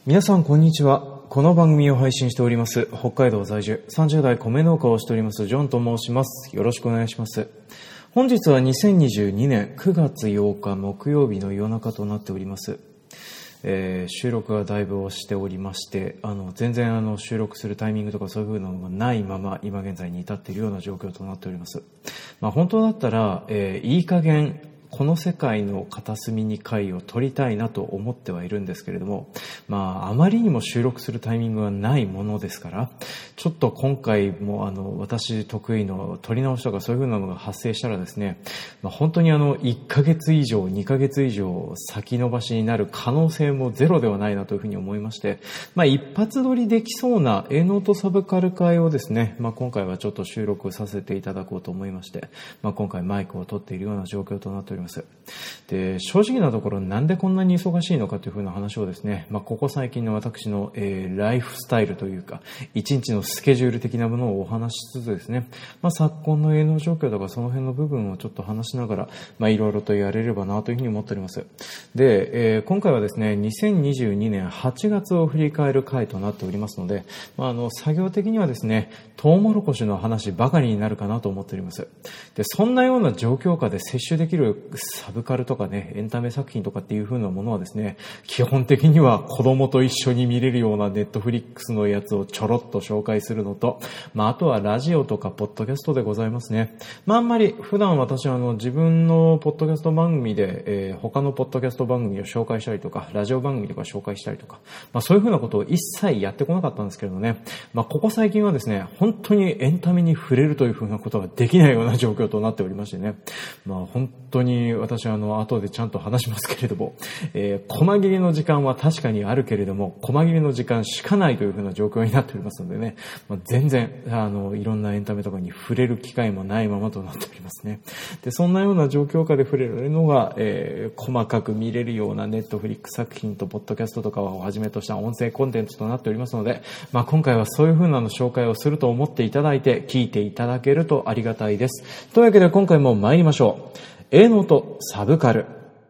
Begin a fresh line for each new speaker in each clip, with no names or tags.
皆さんこんにちは。この番組を配信しております北海道在住30代米農家をしておりますジョンと申します。よろしくお願いします。本日は2022年9月8日木曜日の夜中となっております。収録はだいぶ押しておりまして、全然収録するタイミングとかそういう風なのがないまま今現在に至っているような状況となっております。本当だったら、いい加減この世界の片隅に回を取りたいなと思ってはいるんですけれども、あまりにも収録するタイミングがないものですから、ちょっと今回も私得意の撮り直しとかそういう風なのが発生したらですね、本当に1ヶ月以上2ヶ月以上先延ばしになる可能性もゼロではないなというふうに思いまして、一発撮りできそうなAノートサブカル会をですね、今回はちょっと収録させていただこうと思いまして、今回マイクを取っているような状況となっております。で、正直なところなんでこんなに忙しいのかというふうな話をですね、ここ最近の私の、ライフスタイルというか一日のスケジュール的なものをお話しつつですね、昨今の営農状況とかその辺の部分をちょっと話しながら、いろいろとやれればなというふうに思っております。で、今回はですね、2022年8月を振り返る回となっておりますので、作業的にはですね、トウモロコシの話ばかりになるかなと思っております。で、そんなような状況下で摂取できるサブカルとかね、エンタメ作品とかっていう風なものはですね、基本的には子供と一緒に見れるようなネットフリックスのやつをちょろっと紹介するのと、あとはラジオとかポッドキャストでございますね。あんまり普段私は自分のポッドキャスト番組で、他のポッドキャスト番組を紹介したりとか、ラジオ番組とか紹介したりとか、そういう風なことを一切やってこなかったんですけれどね、ここ最近はですね、本当にエンタメに触れるという風なことができないような状況となっておりましてね、本当に私は後でちゃんと話しますけれども、細切れの時間は確かにあるけれども、細切れの時間しかないという風な状況になっておりますのでね、全然いろんなエンタメとかに触れる機会もないままとなっておりますね。で、そんなような状況下で触れられるのが、細かく見れるようなネットフリックス作品とポッドキャストとかをはじめとした音声コンテンツとなっておりますので、今回はそういう風なの紹介をすると思っていただいて聞いていただけるとありがたいです。というわけで今回も参りましょう。Aノートサブカル。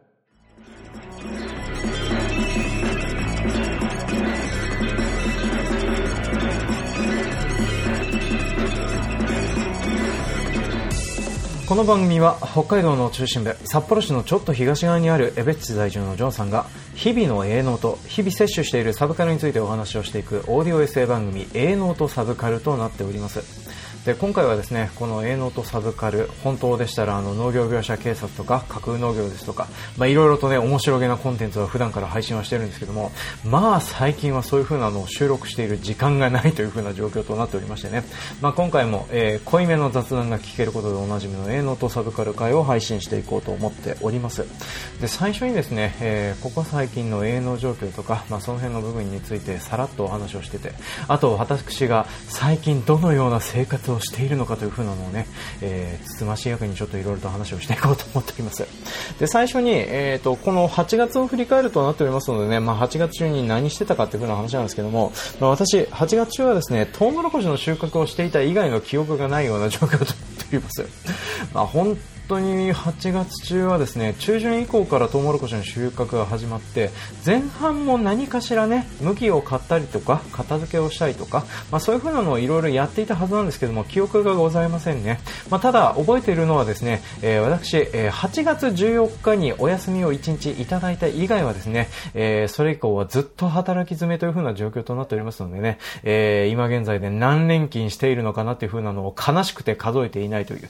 この番組は北海道の中心部札幌市のちょっと東側にある江別市在住のジョンさんが日々の A ノート、日々摂取しているサブカルについてお話をしていくオーディオエッセイ番組 A ノートサブカルとなっております。で、今回はですね、この A ノートサブカル、本当でしたら農業業者警察とか架空農業ですとか、いろいろとね、面白げなコンテンツは普段から配信はしてるんですけども、最近はそういう風なのを収録している時間がないという風な状況となっておりましてね、今回も、濃いめの雑談が聞けることでおなじみの A ノートサブカル会を配信していこうと思っております。で、最初にですね、ここ最近の営農状況とか、その辺の部分についてさらっとお話をしてて、あと私が最近どのような生活をしているのかという風なのをね、つつましやかにちょっといろいろと話をしていこうと思っております。で、最初に、この8月を振り返るとなっておりますのでね、8月中に何してたかという風な話なんですけども、私8月中はですね、トウモロコシの収穫をしていた以外の記憶がないような状況となっております。本当に8月中はですね、中旬以降からトウモロコシの収穫が始まって、前半も何かしらね、麦を買ったりとか片付けをしたりとか、そういう風なのをいろいろやっていたはずなんですけども、記憶がございませんね。ただ覚えているのはですね、私、8月14日にお休みを1日いただいた以外はですね、それ以降はずっと働き詰めという風な状況となっておりますのでね、今現在で何連勤しているのかなという風なのを悲しくて数えていないという、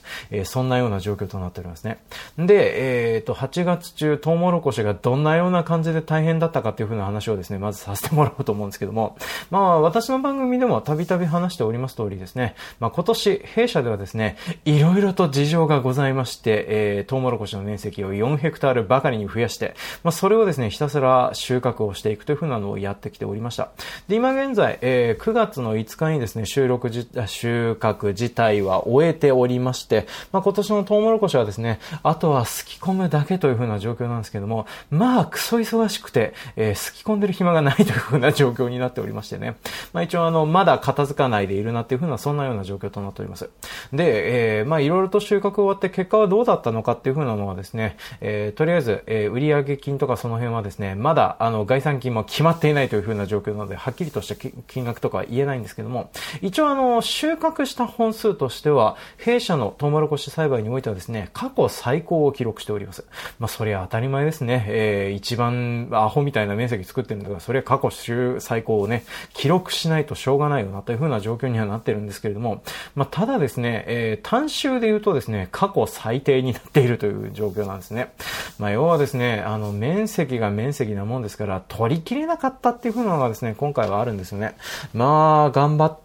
そんなような状況となっておりますね。で、8月中トウモロコシがどんなような感じで大変だったかという風な話をですね、まずさせてもらおうと思うんですけども、私の番組でもたびたび話しております通りですね、今年弊社ではですね、いろいろと事情がございまして、トウモロコシの面積を4ヘクタールばかりに増やして、それをですね、ひたすら収穫をしていくという風なのをやってきておりました。で、今現在、9月の5日にですね、収穫自体は終えておりまして、今年のトウモロコシしはですね、あとはすき込むだけという風な状況なんですけども、まあクソ忙しくて、すき込んでる暇がないという風な状況になっておりましてね。一応まだ片付かないでいるなっていう風なそんなような状況となっております。で、いろいろと収穫終わって結果はどうだったのかっていう風なのはですね、とりあえず、売上金とかその辺はですね、まだ概算金も決まっていないという風な状況なので、はっきりとした金額とかは言えないんですけども、一応収穫した本数としては、弊社のトウモロコシ栽培においてはですね、過去最高を記録しております。それは当たり前ですね。一番アホみたいな面積作ってるんだから、それは過去最高をね、記録しないとしょうがないよなという風な状況にはなってるんですけれども、ただですね、単収で言うとですね、過去最低になっているという状況なんですね。要はですね、面積が面積なもんですから、取りきれなかったっていう風なのがですね、今回はあるんですよね。頑張って、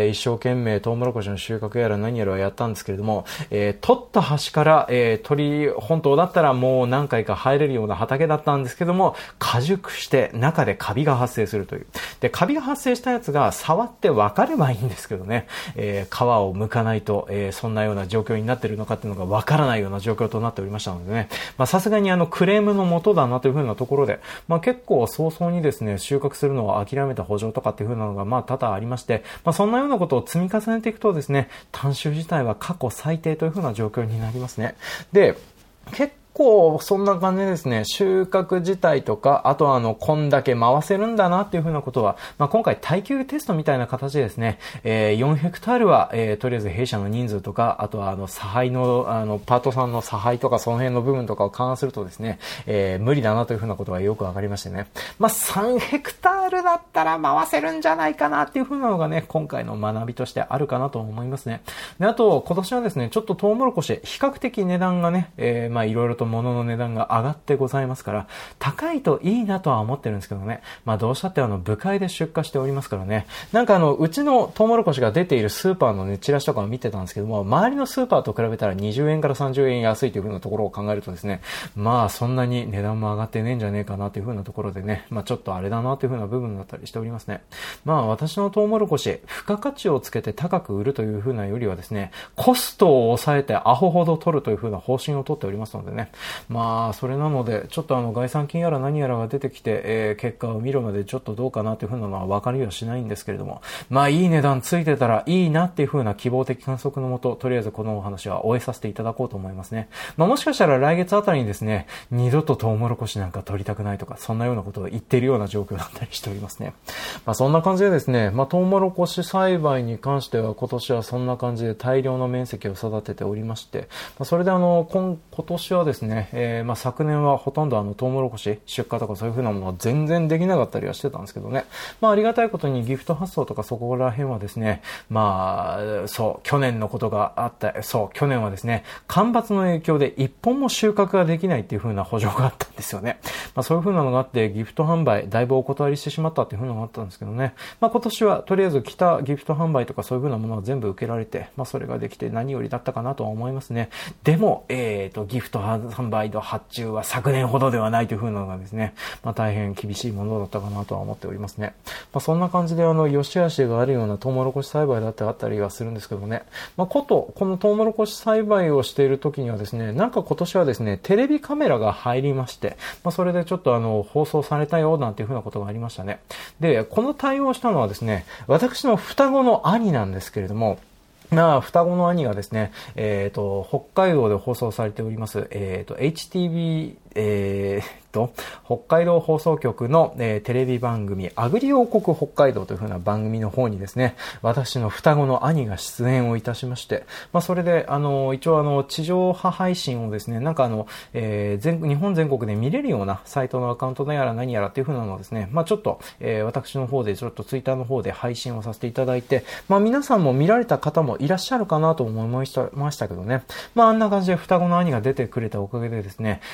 一生懸命トウモロコシの収穫やら何やらやったんですけれども、取った端から、本当だったらもう何回か入れるような畑だったんですけども、果熟して中でカビが発生するという。で、カビが発生したやつが触って分かればいいんですけどね、皮を剥かないと、そんなような状況になっているのかっていうのが分からないような状況となっておりましたのでね、さすがにクレームの元だなという風なところで、結構早々にですね、収穫するのを諦めた補助とかっていう風なのが多々ありまして、そんなようなことを積み重ねていくとですね、単収自体は過去最低という風な状況になりますね。で、結構そんな感じでですね、収穫自体とか、あとはこんだけ回せるんだなっていう風なことは、今回耐久テストみたいな形でですね、4ヘクタールは、とりあえず弊社の人数とか、あとは差配の、パートさんの差配とかその辺の部分とかを勘案するとですね、無理だなという風なことがよくわかりましてね。3ヘクタールだったら回せるんじゃないかなっていう風なのがね、今回の学びとしてあるかなと思いますね。で、あと、今年はですね、ちょっとトウモロコシ、比較的値段がね、いろいろと物の値段が上がってございますから、高いといいなとは思ってるんですけどね。どうしたって部会で出荷しておりますからね。うちのトウモロコシが出ているスーパーのね、チラシとかを見てたんですけども、周りのスーパーと比べたら20円から30円安いという風なところを考えるとですね、そんなに値段も上がってねえんじゃねえかなという風なところでね、ちょっとあれだなという風な部分だったりしておりますね。私のトウモロコシ、付加価値をつけて高く売るという風なよりはですね、コストを抑えてアホほど取るという風な方針を取っておりますのでね。それなので、ちょっと概算金やら何やらが出てきて、結果を見るまでちょっとどうかなという風なのは分かりはしないんですけれども、いい値段ついてたらいいなっていう風な希望的観測のもと、とりあえずこのお話は終えさせていただこうと思いますね。もしかしたら来月あたりにですね、二度とトウモロコシなんか取りたくないとか、そんなようなことを言っているような状況だったりしておりますね。そんな感じでですね、トウモロコシ栽培に関しては今年はそんな感じで大量の面積を育てておりまして、それで今年はですね、昨年はほとんどトウモロコシ出荷とかそういう風なものは全然できなかったりはしてたんですけどね。ありがたいことにギフト発送とかそこら辺はですね、去年のことがあった、去年はですね、干ばつの影響で一本も収穫ができないっていう風な補助があったんですよね。そういう風なのがあって、ギフト販売、だいぶお断りしてしまったっていう風なのがあったんですけどね。今年はとりあえず来たギフト販売とかそういう風なものは全部受けられて、それができて何よりだったかなとは思いますね。でも、ギフト販売の発注は昨年ほどではないという風なのがですね、大変厳しいものだったかなとは思っておりますね。そんな感じで良し悪しがあるようなトウモロコシ栽培だってあったりはするんですけどね。このトウモロコシ栽培をしている時にはですね、今年はですね、テレビカメラが入りまして、それでちょっと放送されたよなんていう風なことがありましたね。で、この対応をしたのはですね、私の双子の兄なんですけれども、双子の兄がですね、北海道で放送されております、HTV、北海道放送局の、テレビ番組、アグリ王国北海道という風な番組の方にですね、私の双子の兄が出演をいたしまして、それで、一応地上波配信をですね、日本全国で見れるようなサイトのアカウントやら何やらっていう風なのをですね、ちょっと、私の方でちょっとツイッターの方で配信をさせていただいて、皆さんも見られた方もいらっしゃるかなと思いましたけどね。あんな感じで双子の兄が出てくれたおかげでですね、売上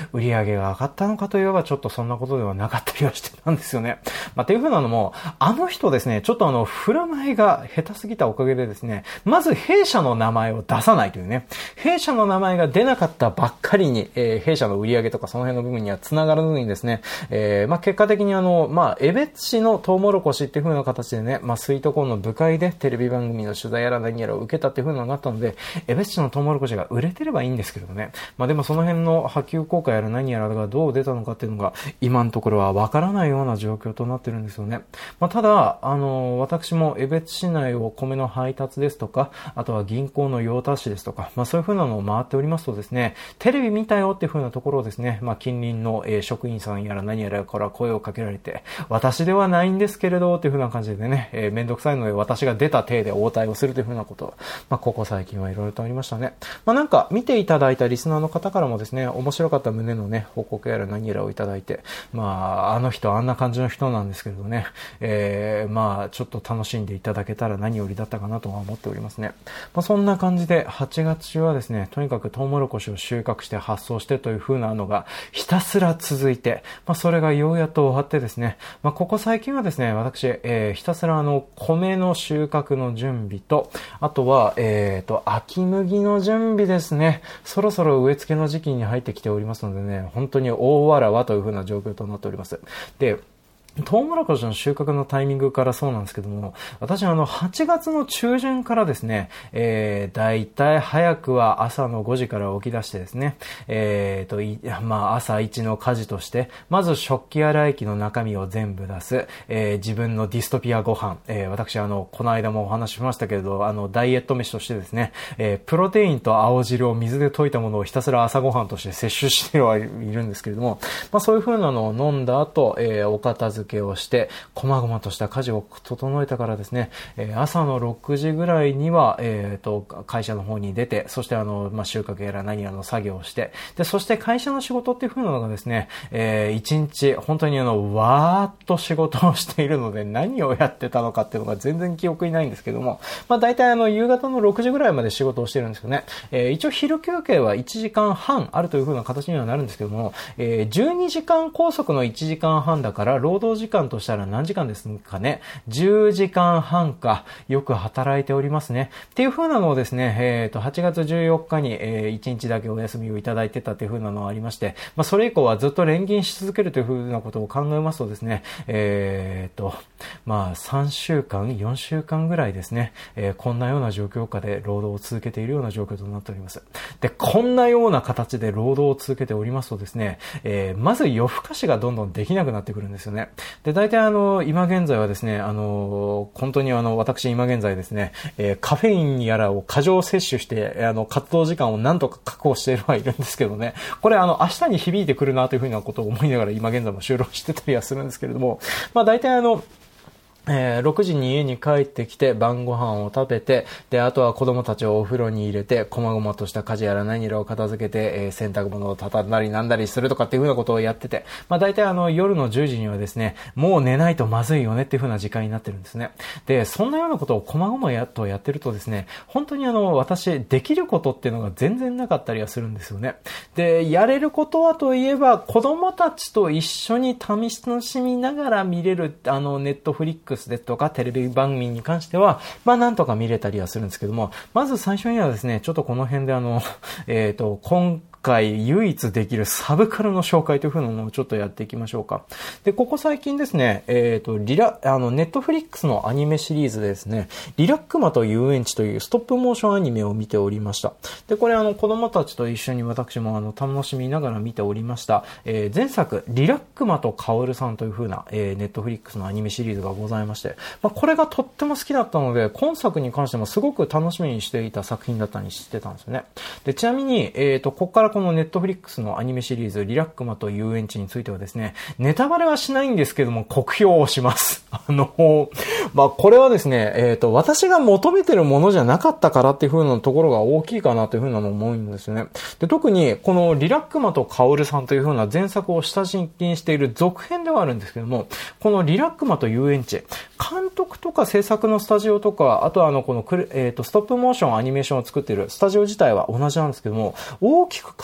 上げが上がったのかといえばちょっとそんなことではなかったりはしてたんですよね。っていう風なのも、あの人ですね、ちょっと振る舞いが下手すぎたおかげでですね、まず弊社の名前を出さないというね、弊社の名前が出なかったばっかりに、弊社の売り上げとかその辺の部分には繋がらずにですね、結果的に江別市のトウモロコシっていう風な形でね、スイートコーンの部会でテレビ番組の取材やら何やらを受けたっていう風なのがあったので、江別市のトウモロコシが売れてればいいんですけれどね。でもその辺の波及効果やら何やらがどう出たのかっていうのが今のところはわからないような状況となってるんですよね。ただ、私も江別市内を米の配達ですとか、あとは銀行の用達市ですとか、そういう風なのを回っておりますとですね、テレビ見たよっていう風なところをですね、近隣の、職員さんやら何やらから声をかけられて、私ではないんですけれどっていう風な感じでね、めんどくさいので私が出た体で応対をするという風なことを、ここ最近はいろいろとありましたね。なんか見ていただいたリスナーの方からもですね、面白かった旨のね、報告やら何やらをいただいて、あの人あんな感じの人なんですけれどね、ちょっと楽しんでいただけたら何よりだったかなとは思っておりますね。そんな感じで8月中はですね、とにかくトウモロコシを収穫して発送してという風なのがひたすら続いて、それがようやっと終わってですね、ここ最近はですね、私、ひたすら米の収穫の準備と、あとは、秋麦の準備ですね。そろそろ植え付けの時期に入ってきておりますのでね、本当に大わらわという風な状況となっております。で、トウモロコシの収穫のタイミングからそうなんですけども、私8月の中旬からですね、だいたい早くは朝の5時から起き出してですね、朝一の家事として、まず食器洗い機の中身を全部出す、自分のディストピアご飯、私この間もお話ししましたけれど、ダイエット飯としてですね、プロテインと青汁を水で溶いたものをひたすら朝ご飯として摂取してはいるんですけれども、そういう風なのを飲んだ後、お片付けをして、細々とした家事を整えたからですね、朝の6時ぐらいには、会社の方に出て、そして収穫やら何やらの作業をして、で、そして会社の仕事っていう風なのがですね、一日本当にわーっと仕事をしているので、何をやってたのかっていうのが全然記憶にないんですけども、大体夕方の6時ぐらいまで仕事をしてるんですけどね、一応昼休憩は1時間半あるという風な形にはなるんですけども、12時間拘束の1時間半だから、労働時間としたら何時間ですかね。10時間半か。よく働いておりますね。っていう風なのをですね、8月14日に、1日だけお休みをいただいてたっていう風なのがありまして、それ以降はずっと連勤し続けるという風なことを考えますとですね、3週間、4週間ぐらいですね、こんなような状況下で労働を続けているような状況となっております。で、こんなような形で労働を続けておりますとですね、まず夜更かしがどんどんできなくなってくるんですよね。で、大体今現在はですね、本当に私今現在ですね、カフェインやらを過剰摂取して、活動時間をなんとか確保しているはいるんですけどね、これ明日に響いてくるなというふうなことを思いながら今現在も収録してたりはするんですけれども、大体6時に家に帰ってきて晩ご飯を食べて、で、あとは子供たちをお風呂に入れて、細々とした家事やら何やらを片付けて、洗濯物を畳んだりなんだりするとかっていう風なことをやってて、大体夜の10時にはですね、もう寝ないとまずいよねっていう風な時間になってるんですね。で、そんなようなことを細々とやってるとですね、本当に私、できることっていうのが全然なかったりはするんですよね。で、やれることはといえば、子供たちと一緒に楽しみながら見れる、ネットフリックスですとかテレビ番組に関してはなんとか見れたりはするんですけども、まず最初にはですね、ちょっとこの辺で今回唯一できるサブカルの紹介という風なのをちょっとやっていきましょうか。で、ここ最近ですね、ネットフリックスのアニメシリーズでですね、リラックマと遊園地というストップモーションアニメを見ておりました。で、これ子供たちと一緒に私も楽しみながら見ておりました。前作、リラックマとカオルさんという風な、ネットフリックスのアニメシリーズがございまして、これがとっても好きだったので、今作に関してもすごく楽しみにしていた作品だったにしてたんですよね。で、ちなみに、ここからこのネットフリックスのアニメシリーズ、リラックマと遊園地についてはですね、ネタバレはしないんですけども、酷評をします。これはですね、私が求めてるものじゃなかったからっていう風なところが大きいかなという風なのを思うんですよね。で、特に、このリラックマとカオルさんという風な前作を下敷きにしている続編ではあるんですけども、このリラックマと遊園地、監督とか制作のスタジオとか、あとはこのストップモーションアニメーションを作っているスタジオ自体は同じなんですけども、大きく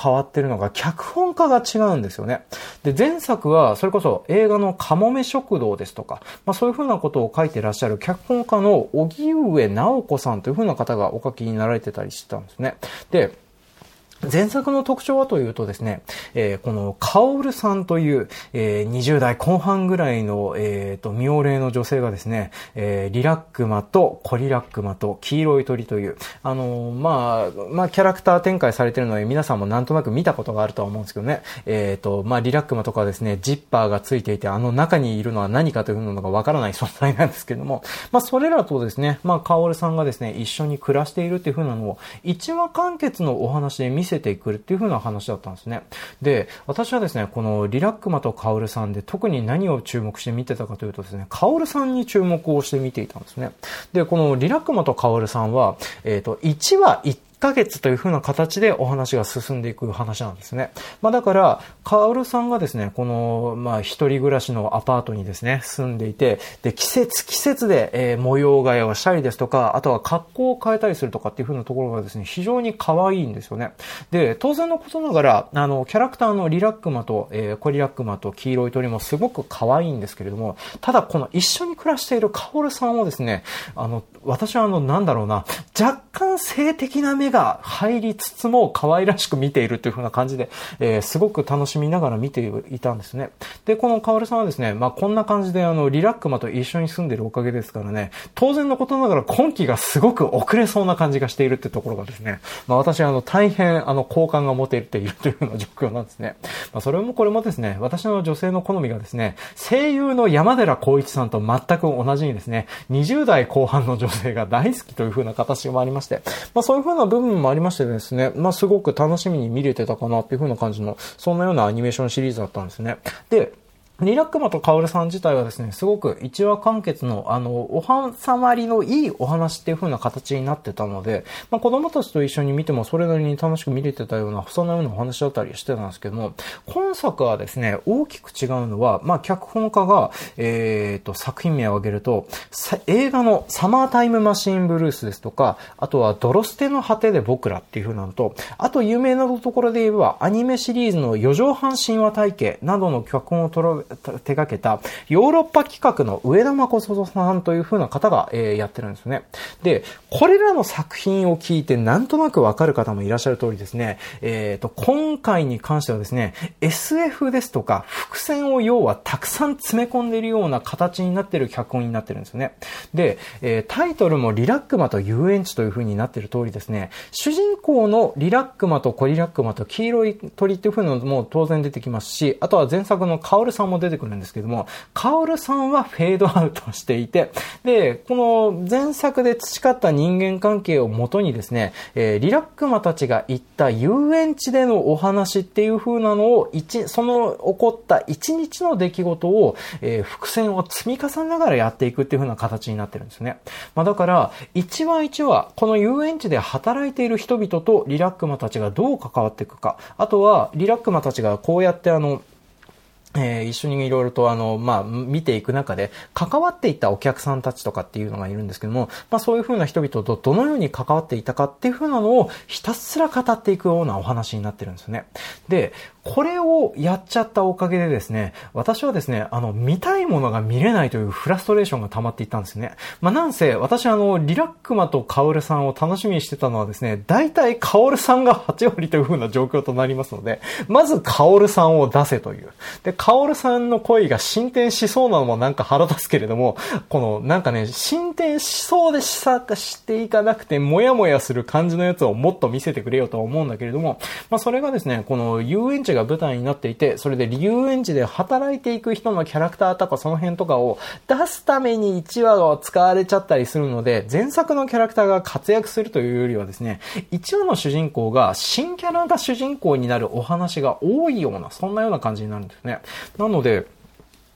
変わってるのが脚本家が違うんですよね。で、前作はそれこそ映画のかもめ食堂ですとか、そういうふうなことを書いてらっしゃる脚本家の荻上直子さんというふうな方がお書きになられてたりしてたんですね。で、前作の特徴はというとですね、このカオルさんという、20代後半ぐらいの、妙齢の女性がですね、リラックマとコリラックマと黄色い鳥という、キャラクター展開されているので皆さんもなんとなく見たことがあるとは思うんですけどね、リラックマとかはですね、ジッパーがついていて、中にいるのは何かというのがわからない存在なんですけども、それらとですね、カオルさんがですね、一緒に暮らしているっていう風なのを、一話完結のお話で見せていくっていう風な話だったんですね。で、私はですね、このリラックマとカオルさんで特に何を注目して見てたかというとですね、カオルさんに注目をして見ていたんですね。で、このリラックマとカオルさんは、1話1ヶ月という風な形でお話が進んでいく話なんですね。だから、カオルさんがですね、この、一人暮らしのアパートにですね、住んでいて、で、季節で、模様替えをしたりですとか、あとは格好を変えたりするとかっていう風なところがですね、非常に可愛いんですよね。で、当然のことながら、キャラクターのリラックマと、コリラックマと黄色い鳥もすごく可愛いんですけれども、ただこの一緒に暮らしているカオルさんをですね、私は若干性的な目が入りつつも可愛らしく見ているという風な感じで、すごく楽しみながら見ていたんですね。で、このカオルさんはですね、こんな感じでリラックマと一緒に住んでいるおかげですからね、当然のことながら今期がすごく遅れそうな感じがしているってところがですね、私は大変好感が持てているというような状況なんですね。それもこれもですね、私の女性の好みがですね、声優の山寺宏一さんと全く同じにですね、20代後半の女性が大好きという風な形もありまして、そういう風な部分もありましてですね、すごく楽しみに見れてたかなっていう風な感じの、そんなようなアニメーションシリーズだったんですね。で、リラックマとカオルさん自体はですね、すごく一話完結のお収まりのいいお話っていう風な形になってたので、子供たちと一緒に見てもそれなりに楽しく見れてたような、そんなようなお話だったりしてたんですけども、今作はですね、大きく違うのは、脚本家が、作品名を挙げると、映画のサマータイムマシーンブルースですとか、あとはドロステの果てで僕らっていう風なのと、あと有名なところで言えば、アニメシリーズの四畳半神話体系などの脚本を手掛けたヨーロッパ企画の上田誠さんという風な方が、やってるんですね。で、これらの作品を聞いてなんとなくわかる方もいらっしゃる通りですね、今回に関してはですね、SF ですとか伏線を要はたくさん詰め込んでいるような形になっている脚本になってるんですよね。で、タイトルもリラックマと遊園地という風になっている通りですね、主人公のリラックマとコリラックマと黄色い鳥っていう風なのも当然出てきますし、あとは前作のカオルさんも出てくるんですけども、カオルさんはフェードアウトしていて、で、この前作で培った人間関係をもとにですね、リラックマたちが行った遊園地でのお話っていう風なのを、その起こった一日の出来事を、伏線を積み重ねながらやっていくっていう風な形になってるんですね。だから、一話一話、この遊園地で働いている人々とリラックマたちがどう関わっていくか、あとは、リラックマたちがこうやって一緒にいろいろと見ていく中で関わっていったお客さんたちとかっていうのがいるんですけども、そういう風な人々とどのように関わっていたかっていう風なのをひたすら語っていくようなお話になってるんですよね。で、これをやっちゃったおかげでですね、私はですね、見たいものが見れないというフラストレーションが溜まっていったんですね。なんせ、私リラックマとカオルさんを楽しみにしてたのはですね、大体カオルさんが8割という風な状況となりますので、まずカオルさんを出せという。で、カオルさんの恋が進展しそうなのもなんか腹立つけれども、進展しそうでしていかなくて、もやもやする感じのやつをもっと見せてくれよとは思うんだけれども、それがですね、この遊園地が舞台になっていて、それで遊園地で働いていく人のキャラクターとかその辺とかを出すために1話が使われちゃったりするので、前作のキャラクターが活躍するというよりはですね、1話の主人公が新キャラが主人公になるお話が多いような、そんなような感じになるんですね。なので、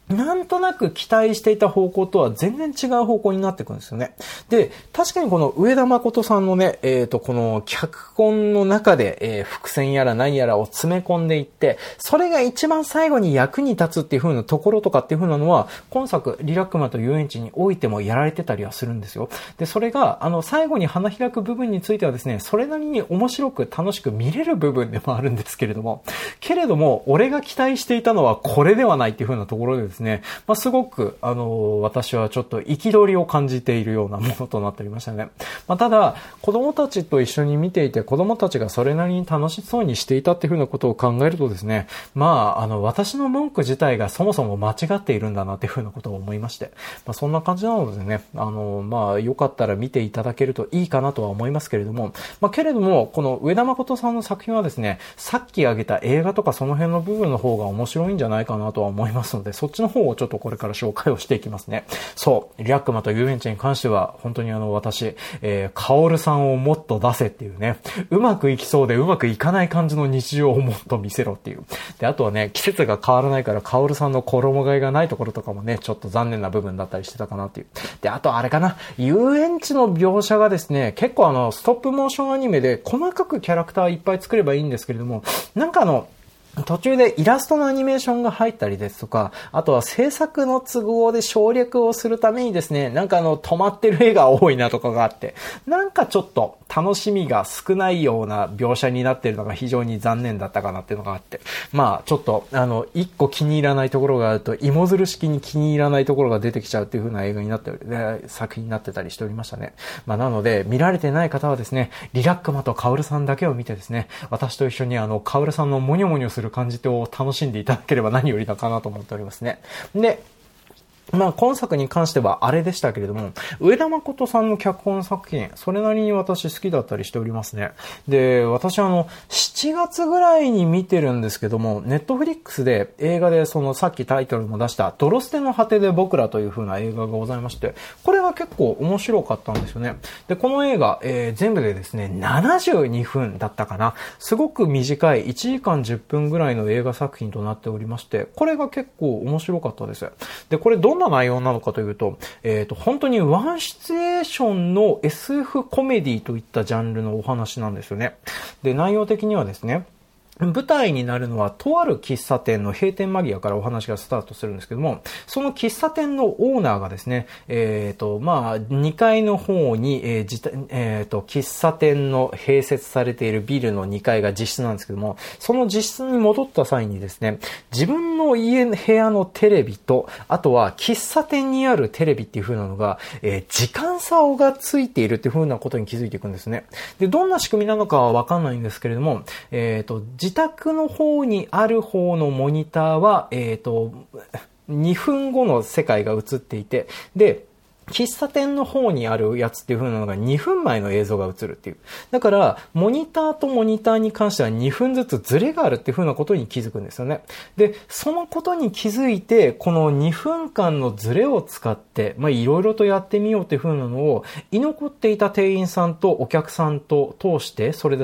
なんとなく期待していた方向とは全然違う方向になってくるんですよね。で、確かにこの上田誠さんのね、この脚本の中で、伏線やら何やらを詰め込んでいって、それが一番最後に役に立つっていう風なところとかっていう風なのは、今作、リラックマと遊園地においてもやられてたりはするんですよ。で、それが、最後に花開く部分についてはですね、それなりに面白く楽しく見れる部分でもあるんですけれども、俺が期待していたのはこれではないっていう風なところでですね、すごく、私はちょっと憤りを感じているようなものとなっておりましたね。ただ、子供たちと一緒に見ていて、子供たちがそれなりに楽しそうにしていたっていう風なことを考えるとですね、私の文句自体がそもそも間違っているんだなっていう風なことを思いまして、そんな感じなのでね、よかったら見ていただけるといいかなとは思いますけれども、けれども、この上田誠さんの作品はですね、さっき挙げた映画とかその辺の部分の方が面白いんじゃないかなとは思いますので、そっちの方をちょっとこれから紹介をしていきますね。そう、リラックマと遊園地に関しては、本当に私、カオルさんをもっと出せっていうね、うまくいきそうでうまくいかない感じの日常をもっと見せろっていう。で、あとはね、季節が変わらないからカオルさんの衣替えがないところとかもね、ちょっと残念な部分だったりしてたかなっていう。で、あとあれかな、遊園地の描写がですね、結構ストップモーションアニメで細かくキャラクターいっぱい作ればいいんですけれども、なんか途中でイラストのアニメーションが入ったりですとか、あとは制作の都合で省略をするためにですね、なんか止まってる絵が多いなとかがあって、なんかちょっと楽しみが少ないような描写になっているのが非常に残念だったかなっていうのがあって、ちょっと一個気に入らないところがあると、芋づる式に気に入らないところが出てきちゃうっていう風な映画になって作品になってたりしておりましたね。なので見られてない方はですね、リラックマとカオルさんだけを見てですね、私と一緒にカオルさんのモニョモニョする感じを楽しんでいただければ何よりだかなと思っておりますね。で、今作に関してはあれでしたけれども、上田誠さんの脚本作品、それなりに私好きだったりしておりますね。で、私7月ぐらいに見てるんですけども、ネットフリックスで映画でさっきタイトルも出したドロステの果てで僕らという風な映画がございまして、これが結構面白かったんですよね。で、この映画、全部でですね、72分だったかな。すごく短い1時間10分ぐらいの映画作品となっておりまして、これが結構面白かったです。で、これどんな内容なのかというと、本当にワンシチュエーションの SF コメディといったジャンルのお話なんですよね。で、内容的にはですね、舞台になるのは、とある喫茶店の閉店間際からお話がスタートするんですけども、その喫茶店のオーナーがですね、2階の方に、喫茶店の併設されているビルの2階が自室なんですけども、その自室に戻った際にですね、自分の部屋のテレビと、あとは喫茶店にあるテレビっていう風なのが、時間差がついているっていう風なことに気づいていくんですね。で、どんな仕組みなのかはわかんないんですけれども、自宅の方にある方のモニターは、2分後の世界が映っていて、で、喫茶店の方にあるやつっていう風なのが2分前の映像が映るっていう。だから、モニターとモニターに関しては2分ずつズレがあるっていう風なことに気づくんですよね。で、そのことに気づいて、この2分間のズレを使って、いろいろとやってみようっていう風なのを、居残っていた店員さんとお客さんと通して、それで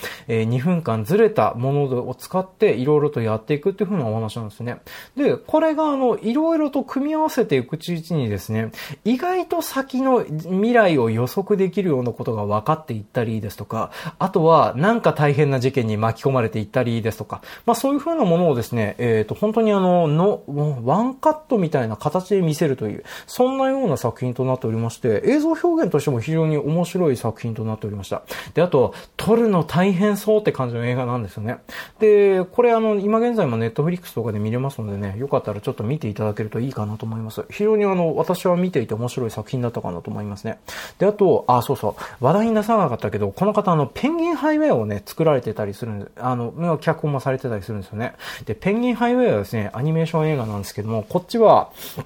2分間ずれたものを使っていろいろとやっていくっていう風なお話なんですね。で、これがいろいろと組み合わせていくうちにですね、意外と先の未来を予測できるようなことが分かっていったりですとか、あとはなんか大変な事件に巻き込まれていったりですとか、そういう風なものをですね、本当にワンカットみたいな形で見せるという、そんなような作品となっておりまして、映像表現としても非常に面白い作品となっておりました。で、あと、撮るの大変そうって感じの映画なんですよね。で、これ今現在もネットフリックスとかで見れますのでね、よかったらちょっと見ていただけるといいかなと思います。非常に私は見ていて面白い作品だったかなと思いますね。で、あと、そうそう、話題に出さなかったけど、この方ペンギンハイウェイをね、作られてたりするんです。脚本もされてたりするんですよね。で、ペンギンハイウェイはですね、アニメーション映画なんですけども、こっちは、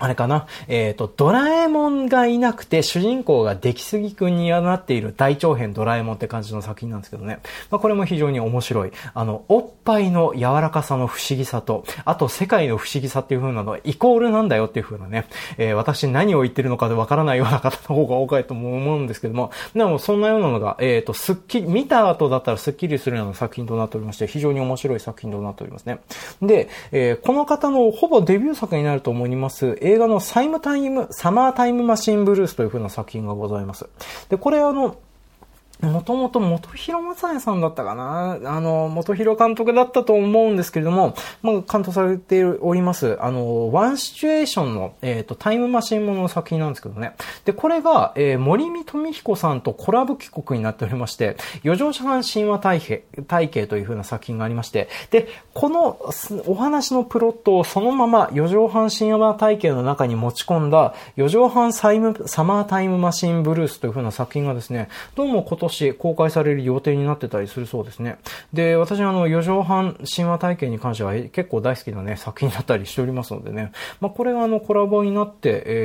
あれかなドラえもんがいなくて主人公が出来すぎくんになっている大長編ドラえもんって感じの作品なんですけどね。これも非常に面白い。おっぱいの柔らかさの不思議さと、あと世界の不思議さっていう風なのはイコールなんだよっていう風なね、私何を言ってるのかでわからないような方の方が多いと思うんですけども、でもそんなようなのが、すっきり、見た後だったらスッキリするような作品となっておりまして、非常に面白い作品となっておりますね。で、この方のほぼデビュー作になると思います、映画のサマータイムマシンブルースという風な作品がございます。で、これもともと元広正也さんだったかな元広監督だったと思うんですけれども、監督されております、ワンシチュエーションの、タイムマシンものの作品なんですけどね。で、これが、森見富彦さんとコラボ企画になっておりまして、四畳半神話体系という風な作品がありまして、で、このお話のプロットをそのまま四畳半神話体系の中に持ち込んだ、四畳半サマータイムマシンブルースという風な作品がですね、どうも今年公開される予定になってたりするそうですね。で、私四畳半神話体系に関しては結構大好きなね、作品だったりしておりますのでね。これがコラボになって、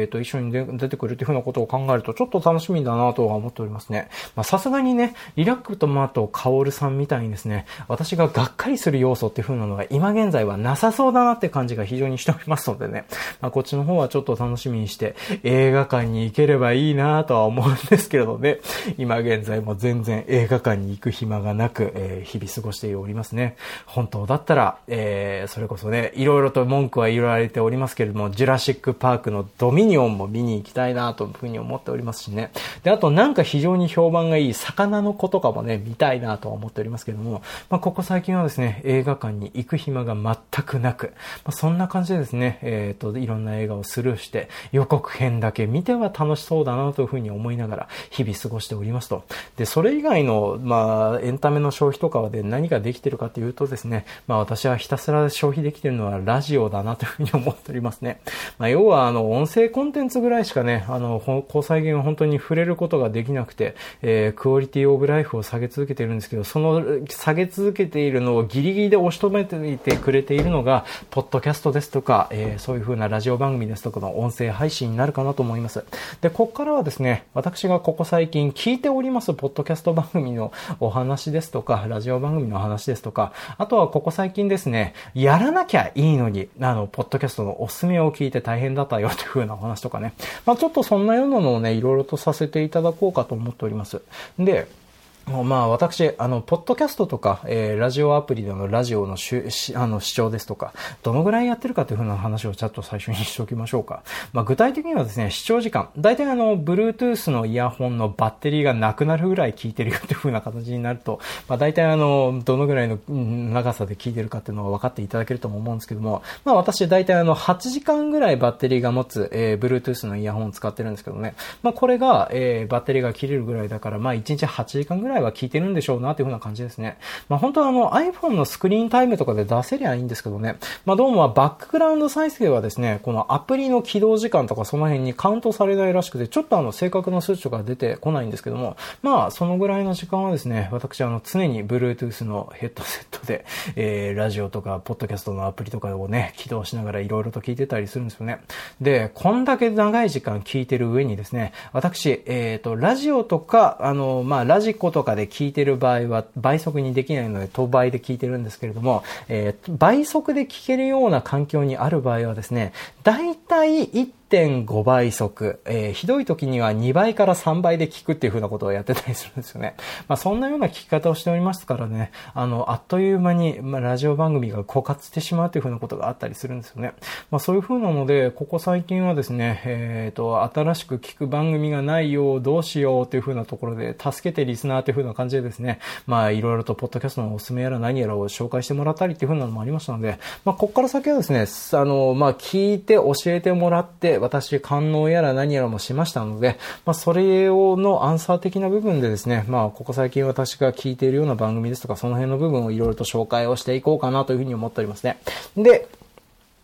一緒に出てくるというふうなことを考えると、ちょっと楽しみだなとは思っておりますね。さすがにね、リラックとカオルさんみたいにですね、私ががっかりする要素っていうふうなのが今現在はなさそうだなって感じが非常にしておりますのでね。こっちの方はちょっと楽しみにして、映画館に行ければいいなとは思うんですけれどね。今現在も全然映画館に行く暇がなく、日々過ごしておりますね。本当だったら、それこそね、いろいろと文句は言われておりますけれども、ジュラシックパークのドミニオンも見に行きたいなというふうに思っておりますしね。で、あとなんか非常に評判がいい魚の子とかもね、見たいなとは思っておりますけれども、ここ最近はですね、映画館に行く暇が全くなく、そんな感じでですね、いろんな映画をスルーして、予告編だけ見ては楽しそうだなというふうに思いながら、日々過ごしておりますと。で、それ以外の、エンタメの消費とかで何ができてるかというとですね、私はひたすら消費できてるのはラジオだなというふうに思っておりますね。要は、音声コンテンツぐらいしかね、高再現は本当に触れることができなくて、クオリティオブライフを下げ続けているんですけど、その下げ続けているのをギリギリで押し止めていてくれているのが、ポッドキャストですとか、そういう風なラジオ番組ですとかの音声配信になるかなと思います。で、ここからはですね、私がここ最近聞いております、ポッドキャスト番組のお話ですとか、ラジオ番組の話ですとか、あとはここ最近ですね、やらなきゃいいのに、ポッドキャストのおすすめを聞いて大変だったよという風なお話とかね、ちょっとそんなようなのをね、いろいろとさせていただこうかと思っております。で、私、ポッドキャストとか、ラジオアプリでのラジオの視聴ですとか、どのぐらいやってるかというふうな話をちょっと最初にしておきましょうか。具体的にはですね、視聴時間。大体Bluetooth のイヤホンのバッテリーがなくなるぐらい聞いてるよというふうな形になると、大体どのぐらいの長さで聞いてるかっていうのが分かっていただけるとも思うんですけども、私大体8時間ぐらいバッテリーが持つ、Bluetooth のイヤホンを使ってるんですけどね。これが、バッテリーが切れるぐらいだから、1日8時間ぐらいは聞いてるんでしょうなという風な感じですね。本当はiPhone のスクリーンタイムとかで出せりゃいいんですけどね。どうもバックグラウンド再生はですね、このアプリの起動時間とかその辺にカウントされないらしくて、ちょっと正確な数値とか出てこないんですけども、そのぐらいの時間はですね、私常に Bluetooth のヘッドセットで、ラジオとかポッドキャストのアプリとかをね、起動しながらいろいろと聞いてたりするんですよね。で、こんだけ長い時間聞いてる上にですね、私、ラジオとか、ラジコとかで聞いてる場合は倍速にできないので等倍で聞いてるんですけれども、倍速で聞けるような環境にある場合はですね、だいたい1.5 倍速、ひどい時には2倍から3倍で聞くっていう風なことをやってたりするんですよね。そんなような聞き方をしておりますからね、あっという間に、ラジオ番組が枯渇してしまうという風なことがあったりするんですよね。そういう風なので、ここ最近はですね、新しく聞く番組がないよ、どうしようという風なところで、助けてリスナーという風な感じでですね、いろいろとポッドキャストのおすすめやら何やらを紹介してもらったりっていう風なのもありましたので、ここから先はですね、聞いて教えてもらって、私、官能やら何やらもしましたので、それをのアンサー的な部分でですね、ここ最近私が聞いているような番組ですとか、その辺の部分をいろいろと紹介をしていこうかなというふうに思っておりますね。で、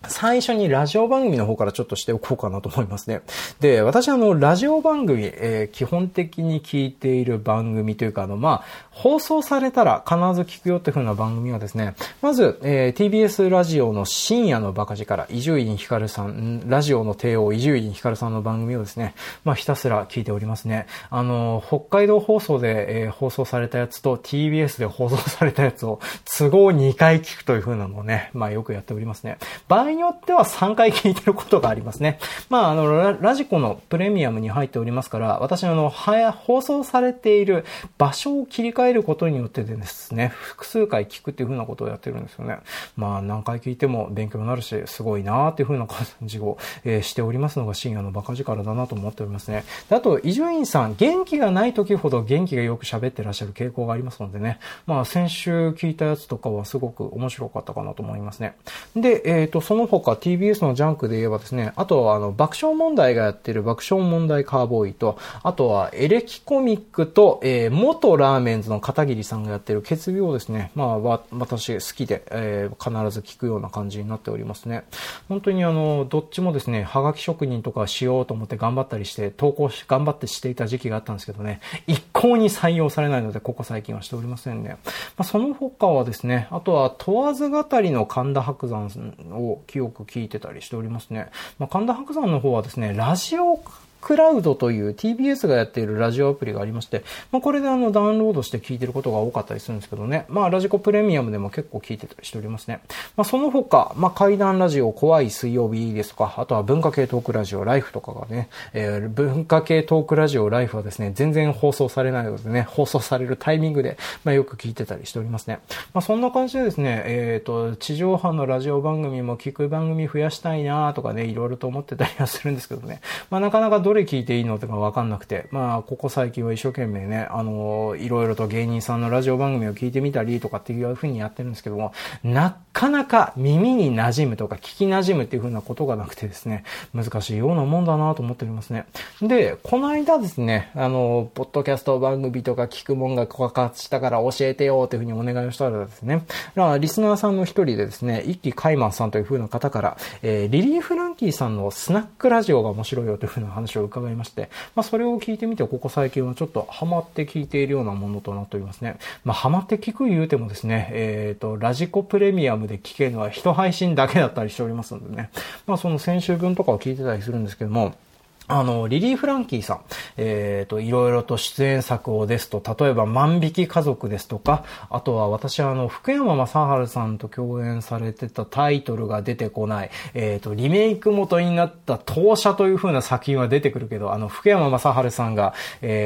最初にラジオ番組の方からちょっとしておこうかなと思いますね。で、私ラジオ番組、基本的に聞いている番組というか、放送されたら必ず聞くよっていう風な番組はですね、まず、TBS ラジオの深夜のバカ力、伊集院光さん、ラジオの帝王伊集院光さんの番組をですね、ひたすら聞いておりますね。北海道放送で、放送されたやつと TBS で放送されたやつを都合2回聞くという風なのをね、よくやっておりますね。場合によっては3回聞いてることがありますね。ラジコのプレミアムに入っておりますから、私放送されている場所を切り替えることによってですね、複数回聞くっていう風なことをやってるんですよね。何回聞いても勉強になるし、すごいなーっていう風な感じを、しておりますのが深夜のバカ力だなと思っておりますね。で、あと、伊集院さん、元気がない時ほど元気がよく喋ってらっしゃる傾向がありますのでね、先週聞いたやつとかはすごく面白かったかなと思いますね。で、その他 TBS のジャンクで言えばですね、あとは爆笑問題がやってる爆笑問題カーボーイと、あとはエレキコミックと、元ラーメンズの片桐さんがやってる決病をですね、私好きで、必ず聞くような感じになっておりますね。本当にどっちもですね、はがき職人とかしようと思って頑張ったりして、頑張ってしていた時期があったんですけどね、一向に採用されないので、ここ最近はしておりませんね。その他はですね、あとは問わず語りの神田伯山をよく聞いてたりしておりますね。神田伯山の方はですね、ラジオクラウドという TBS がやっているラジオアプリがありまして、これでダウンロードして聞いてることが多かったりするんですけどね。ラジコプレミアムでも結構聞いてたりしておりますね。その他、怪談ラジオ怖い水曜日ですとか、あとは文化系トークラジオライフとかがね、文化系トークラジオライフはですね、全然放送されないのでね、放送されるタイミングで、よく聞いてたりしておりますね。そんな感じでですね、地上波のラジオ番組も聞く番組増やしたいなとかね、いろいろと思ってたりはするんですけどね。なかなかどれ聞いていいのとかわかんなくて、ここ最近は一生懸命ね、いろいろと芸人さんのラジオ番組を聞いてみたりとかっていう風にやってるんですけども、なかなか耳に馴染むとか聞き馴染むっていう風なことがなくてですね、難しいようなもんだなと思っておりますね。で、この間ですね、ポッドキャスト番組とか聞くもんが枯渇したから教えてよっていう風にお願いをしたらですね、リスナーさんの一人でですね、一木カイマンさんという風な方から、リリー・フランキーさんのスナックラジオが面白いよという風な話を伺いまして、それを聞いてみて、ここ最近はちょっとハマって聞いているようなものとなっておりますね。ハマって聞く言うてもですね、ラジコプレミアムで聞けるのは一配信だけだったりしておりますのでね、その先週分とかを聞いてたりするんですけども、リリー・フランキーさん、いろいろと出演作をですと、例えば万引き家族ですとか、あとは私福山雅治さんと共演されてたタイトルが出てこない、リメイク元になった当社という風な作品は出てくるけど、福山雅治さんが、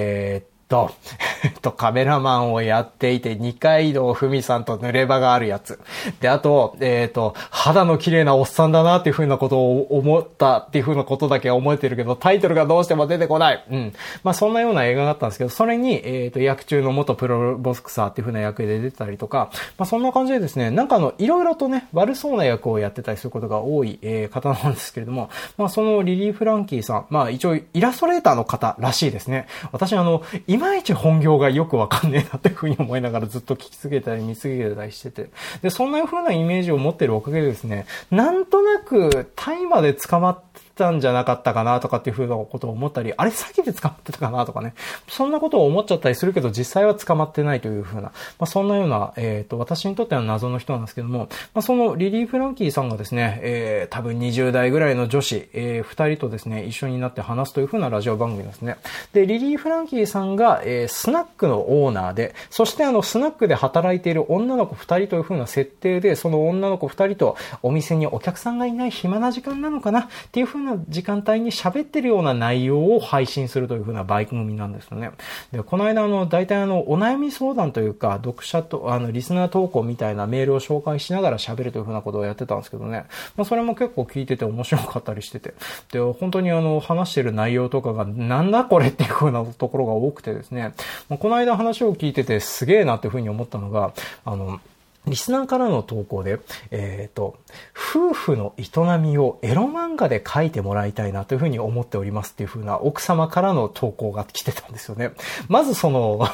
カメラマンをやっていて、二階堂ふみさんと濡れ場があるやつ。で、あと、肌の綺麗なおっさんだなっていう風なことを思ったっていう風なことだけは覚えてるけど、タイトルがどうしても出てこない。そんなような映画だったんですけど、それに、役中の元プロボクサーっていう風な役で出てたりとか、そんな感じでですね、いろいろとね、悪そうな役をやってたりすることが多い、方なんですけれども、そのリリー・フランキーさん、一応イラストレーターの方らしいですね。私いまいち本業がよくわかんねえなっていうふうに思いながらずっと聞き続けたり見続けたりしてて。で、そんな風なイメージを持ってるおかげでですね、なんとなく大麻で捕まってたんじゃなかったかなとかっていう風なことを思ったり、あれ詐欺で捕まってたかなとかね、そんなことを思っちゃったりするけど実際は捕まってないという風な、そんなような、私にとっては謎の人なんですけども、そのリリー・フランキーさんがですね、多分20代ぐらいの女子、2人とですね、一緒になって話すという風なラジオ番組ですね。で、リリー・フランキーさんが、スナックのオーナーで、そしてスナックで働いている女の子2人という風な設定で、その女の子2人とお店にお客さんがいない暇な時間なのかなっていう風な時間帯に喋ってるような内容を配信するという風な番組なんですよね。で、この間大体お悩み相談というか、読者と、リスナー投稿みたいなメールを紹介しながら喋るという風なことをやってたんですけどね。それも結構聞いてて面白かったりしてて。で、本当に話してる内容とかが、なんだこれっていう風なところが多くてですね。この間話を聞いててすげえなっていう風に思ったのが、リスナーからの投稿で、夫婦の営みをエロ漫画で書いてもらいたいなというふうに思っておりますっていうふうな奥様からの投稿が来てたんですよね。まず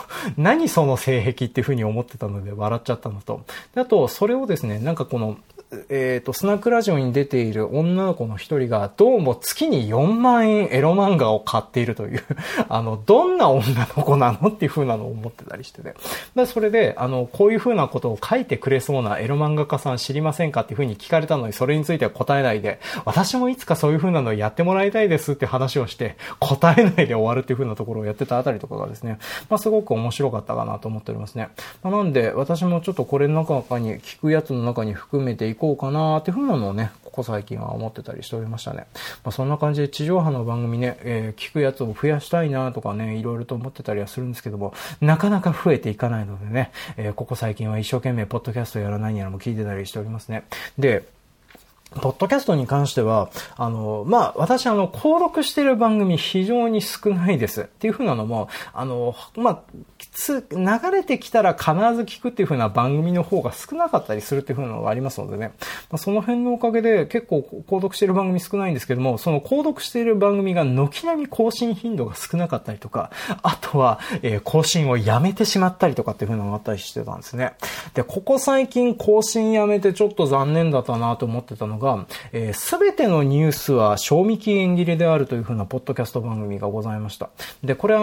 何その性癖っていうふうに思ってたので笑っちゃったのと。で、あと、それをですね、 スナックラジオに出ている女の子の一人が、どうも月に4万円エロ漫画を買っているという、どんな女の子なのっていう風なのを思ってたりしてね。それで、こういう風なことを書いてくれそうなエロ漫画家さん知りませんかっていう風に聞かれたのに、それについては答えないで、私もいつかそういう風なのをやってもらいたいですって話をして、答えないで終わるっていう風なところをやってたあたりとかがですね、すごく面白かったかなと思っておりますね。なんで、私もちょっとこれの中に、聞くやつの中に含めていこうかなっていう風なのをね、ここ最近は思ってたりしておりましたね。そんな感じで地上波の番組ね、聞くやつを増やしたいなとかね、いろいろと思ってたりはするんですけども、なかなか増えていかないのでね、ここ最近は一生懸命ポッドキャストやらないやらも聞いてたりしておりますね。で、ポッドキャストに関しては、私購読している番組非常に少ないです。っていう風なのも、流れてきたら必ず聞くっていう風な番組の方が少なかったりするっていう風なのがありますのでね。その辺のおかげで結構購読している番組少ないんですけども、その購読している番組が軒並み更新頻度が少なかったりとか、あとは、更新をやめてしまったりとかっていう風なのがあったりしてたんですね。で、ここ最近更新やめてちょっと残念だったなと思ってたのが、すべてのニュースは賞味期限切れであるという風なポッドキャスト番組がございました。で、これ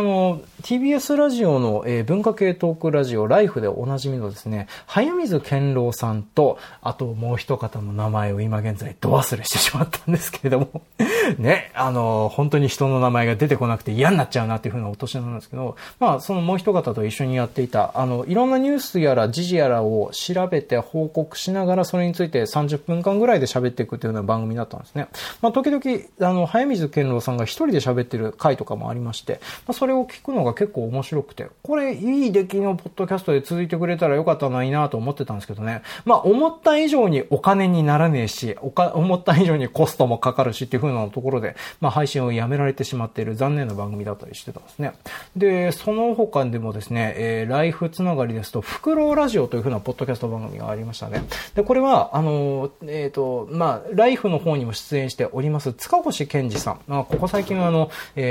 TBS ラジオの、文化系トークラジオライフでおなじみのですね、早水健郎さんと、あともう一方の名前を今現在ド忘れしてしまったんですけれども、ね、本当に人の名前が出てこなくて嫌になっちゃうなっていう風なお年なんですけど、そのもう一方と一緒にやっていた、いろんなニュースやら時事やらを調べて報告しながら、それについて30分間ぐらいで喋っていくというような番組だったんですね。時々、早水健郎さんが一人で喋ってる回とかもありまして、それを聞くのが結構面白くて、これいい出来のポッドキャストで続いてくれたらよかったのになと思ってたんですけどね。思った以上にお金にならねえし、思った以上にコストもかかるしっていう風なところで、配信をやめられてしまっている残念な番組だったりしてたんですね。で、その他でもですね、ライフつながりですと、フクロウラジオという風なポッドキャスト番組がありましたね。で、これは、ライフの方にも出演しております、塚越健二さん。ここ最近は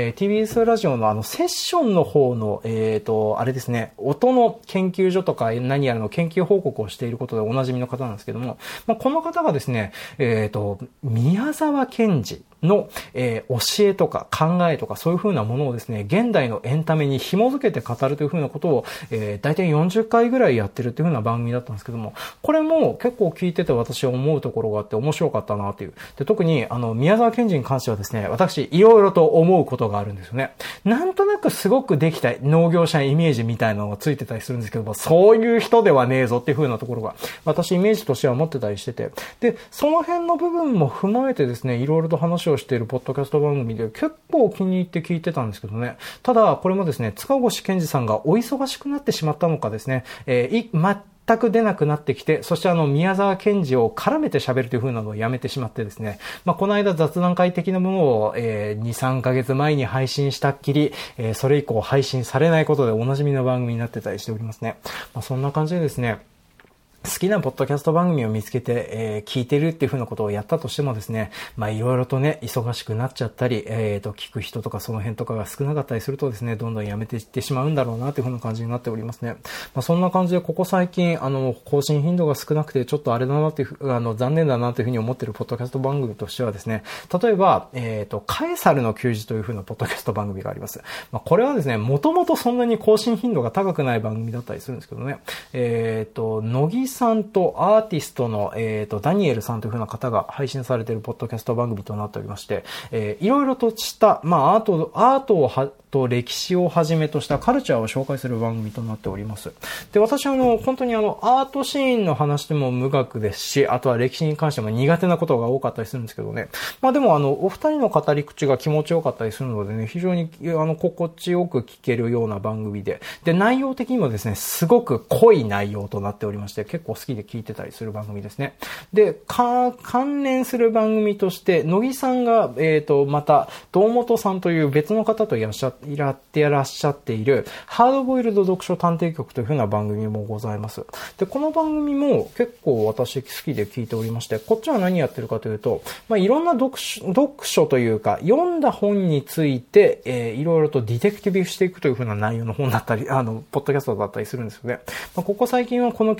TBS ラジオのセッションの方の、あれですね、音の研究所とか何やらの研究報告をしていることでおなじみの方なんですけども、この方がですね、宮沢賢治の、教えとか考えとかそういう風なものをですね、現代のエンタメに紐づけて語るという風なことを、大体40回ぐらいやってるっていう風な番組だったんですけども、これも結構聞いてて私は思うところがあって面白かったなという。で、特に宮沢賢治に関してはですね、私いろいろと思うことがあるんですよね。なんとなくすごくできた農業者イメージみたいなのがついてたりするんですけども、そういう人ではねえぞっていう風なところが私イメージとしては持ってたりしてて、で、その辺の部分も踏まえてですね、いろいろと話をしているポッドキャスト番組で結構気に入って聞いてたんですけどね。ただ、これもですね、塚越健二さんがお忙しくなってしまったのかですね、全く出なくなってきて、そして宮沢賢治を絡めて喋るという風なのをやめてしまってですね、この間雑談会的なものを、2、3ヶ月前に配信したっきり、それ以降配信されないことでおなじみの番組になってたりしておりますね。そんな感じでですね、好きなポッドキャスト番組を見つけて、聞いてるっていう風なことをやったとしてもですね、いろいろとね、忙しくなっちゃったり、聞く人とかその辺とかが少なかったりするとですね、どんどんやめていってしまうんだろうなっていう風な感じになっておりますね。そんな感じでここ最近、更新頻度が少なくてちょっとあれだなっていう、残念だなという風に思っているポッドキャスト番組としてはですね、例えば、カエサルの休日という風なポッドキャスト番組があります。これはですね、もともとそんなに更新頻度が高くない番組だったりするんですけどね、乃木さんとアーティストの、ダニエルさんという風な方が配信されているポッドキャスト番組となっておりまして、いろいろとした、アートと歴史をはじめとしたカルチャーを紹介する番組となっております。で、私は本当にアートシーンの話でも無学ですし、あとは歴史に関しても苦手なことが多かったりするんですけどね。でもお二人の語り口が気持ちよかったりするのでね、非常に心地よく聞けるような番組で、で、内容的にもですね、すごく濃い内容となっておりまして、結構好きで聞いてたりする番組ですね。で、関連する番組として、乃木さんが、また、堂本さんという別の方とやってらっしゃっているハードボイルド読書探偵局というふうな番組もございます。で、この番組も結構私好きで聞いておりまして、こっちは何やってるかというと、いろんな読書というか、読んだ本について、いろいろとディテクティブしていくというふうな内容の本だったり、ポッドキャストだったりするんですよね。ここ最近はこの形式で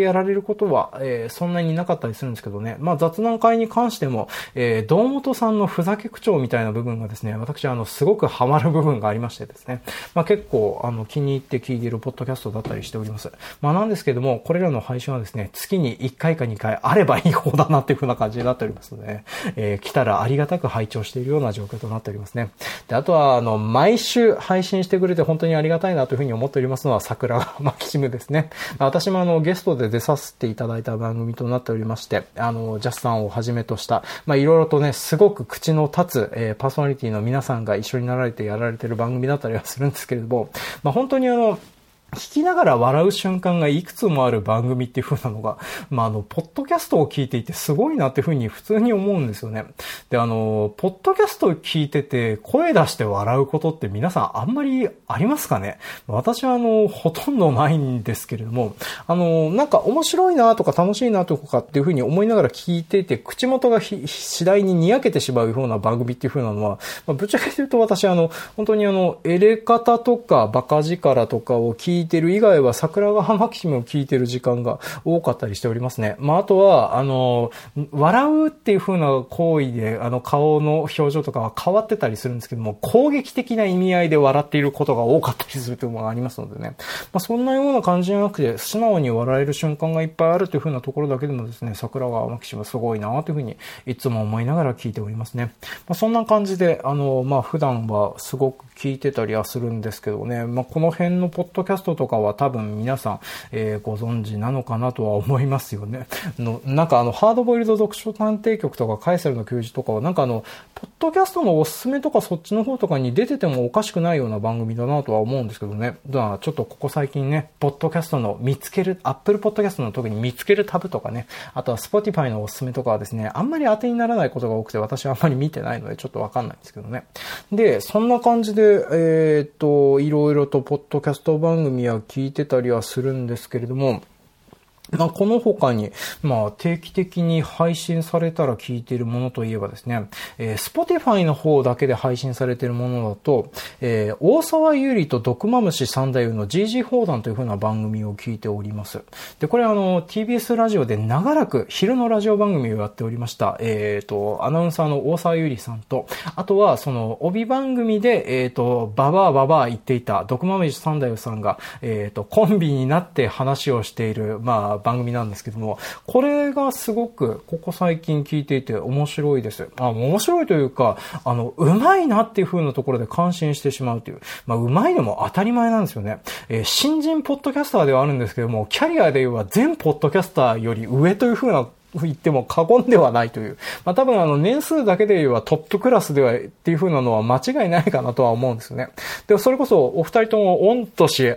やられることは、そんなになかったりするんですけどね。まあ雑談会に関しても、堂本さんのふざけ口調みたいな部分がですね、私すごくハマる部分がありましてですね。まあ結構気に入って聞いているポッドキャストだったりしております。まあなんですけども、これらの配信はですね、月に1回か2回あればいい方だなっていう風な感じになっておりますので、ね、来たらありがたく拝聴しているような状況となっておりますね。で、あとは毎週配信してくれて本当にありがたいなというふうに思っておりますのは桜川マキシムですね。私もゲストで出させていただいた番組となっておりまして、ジャスさんをはじめとした、まあいろいろとね、すごく口の立つ、パーソナリティの皆さんが一緒になられてやられている番組だったりはするんですけれども、まあ本当に聞きながら笑う瞬間がいくつもある番組っていう風なのが、まあ、ポッドキャストを聞いていてすごいなっていう風に普通に思うんですよね。で、ポッドキャストを聞いてて声出して笑うことって皆さんあんまりありますかね？私はほとんどないんですけれども、なんか面白いなとか楽しいなとかっていう風に思いながら聞いていて、口元が次第ににやけてしまうような番組っていう風なのは、まあ、ぶっちゃけ言うと私本当にエレカタとかバカ力とかを聞いてる以外は桜川マキシムを聞いてる時間が多かったりしておりますね。まあ、あとは、笑うっていう風な行為で、顔の表情とかは変わってたりするんですけども、攻撃的な意味合いで笑っていることが多かったりするというのがありますのでね。まあ、そんなような感じじゃなくて、素直に笑える瞬間がいっぱいあるという風なところだけでもですね、桜川マキシムすごいなという風にいつも思いながら聞いておりますね。まあ、そんな感じで、まあ、普段はすごく聞いてたりはするんですけどね。まあ、この辺のポッドキャストとかは多分皆さん、ご存知なのかなとは思いますよね。なんかハードボイルド読書探偵局とかカエサルの給仕とかはなんかポッドキャストのおすすめとかそっちの方とかに出ててもおかしくないような番組だなとは思うんですけどね。だからちょっとここ最近ね、ポッドキャストの見つける、Apple ポッドキャストの特に見つけるタブとかね、あとは Spotify のおすすめとかはですね、あんまり当てにならないことが多くて私はあんまり見てないのでちょっとわかんないんですけどね。で、そんな感じで、いろいろとポッドキャスト番組は聞いてたりはするんですけれども、まあ、この他に、まあ、定期的に配信されたら聞いているものといえばですね、Spotify の方だけで配信されているものだと、大沢優里と毒マムシ三太夫の GG 砲弾という風な番組を聞いております。で、これTBS ラジオで長らく昼のラジオ番組をやっておりました、アナウンサーの大沢優里さんと、あとはその帯番組で、ババア言っていた毒マムシ三太夫さんが、コンビになって話をしている、まあ、番組なんですけども、これがすごくここ最近聞いていて面白いです。面白いというか、うまいなっていう風なところで感心してしまうという。まあ、うまいのも当たり前なんですよね。新人ポッドキャスターではあるんですけども、キャリアで言えば全ポッドキャスターより上という風な言っても過言ではないという。まあ、多分年数だけで言えばトップクラスではっていう風なのは間違いないかなとは思うんですよね。で、それこそお二人とも御年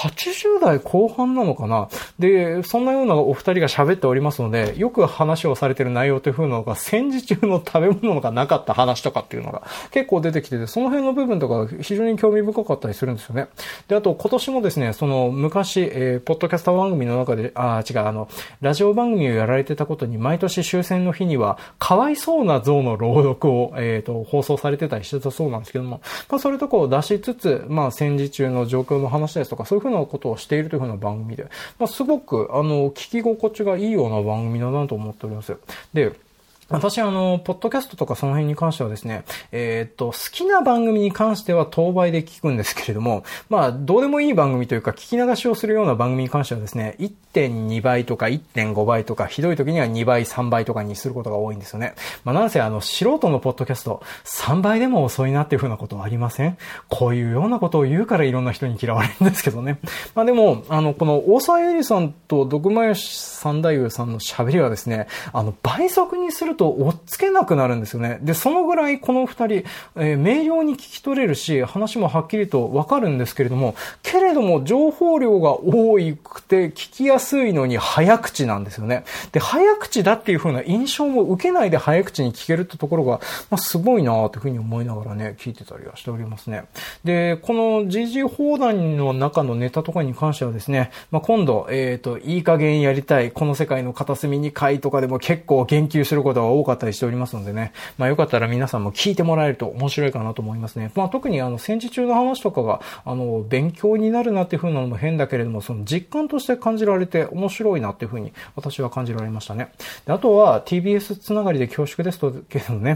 80代後半なのかな。で、そんなようなお二人が喋っておりますので、よく話をされている内容という風なのが戦時中の食べ物がなかった話とかっていうのが結構出てきてて、その辺の部分とか非常に興味深かったりするんですよね。で、あと今年もですね、その昔、ポッドキャスター番組の中で、ラジオ番組をやられてたことに毎年終戦の日にはかわいそうな像の朗読を、放送されてたりしてたそうなんですけども、まあ、それとかを出しつつ、まあ、戦時中の状況の話ですとかそういうふうなことをしているというふうな番組で、まあ、すごく聞き心地がいいような番組だなと思っております。で、私ポッドキャストとかその辺に関してはですね、好きな番組に関しては当倍で聞くんですけれども、まあ、どうでもいい番組というか聞き流しをするような番組に関してはですね、1.2 倍とか 1.5 倍とか、ひどい時には2倍、3倍とかにすることが多いんですよね。まあ、なんせ素人のポッドキャスト、3倍でも遅いなっていうふうなことはありません？こういうようなことを言うからいろんな人に嫌われるんですけどね。まあでも、この大沢優里さんと毒マシ三太夫さんの喋りはですね、倍速にすると追っつけなくなるんですよね。で、そのぐらいこの二人、明瞭に聞き取れるし、話もはっきりとわかるんですけれども、けれども情報量が多くて聞きやすいのに早口なんですよね。で、早口だっていう風な印象も受けないで早口に聞けるってところが、まあ、すごいなという風に思いながらね、聞いてたりはしておりますね。で、この GG 砲弾の中のネタとかに関してはですね、まあ、今度、いい加減やりたい、この世界の片隅に回とかでも結構言及することが多かったりしておりますのでね、よかったら皆さんも聞いてもらえると面白いかなと思いますね。特に戦時中の話とかが、勉強になるなっていう風なのも変だけれども、その実感として感じられて面白いなっていう風に私は感じられましたね。で、あとは TBS つながりで恐縮ですけどね、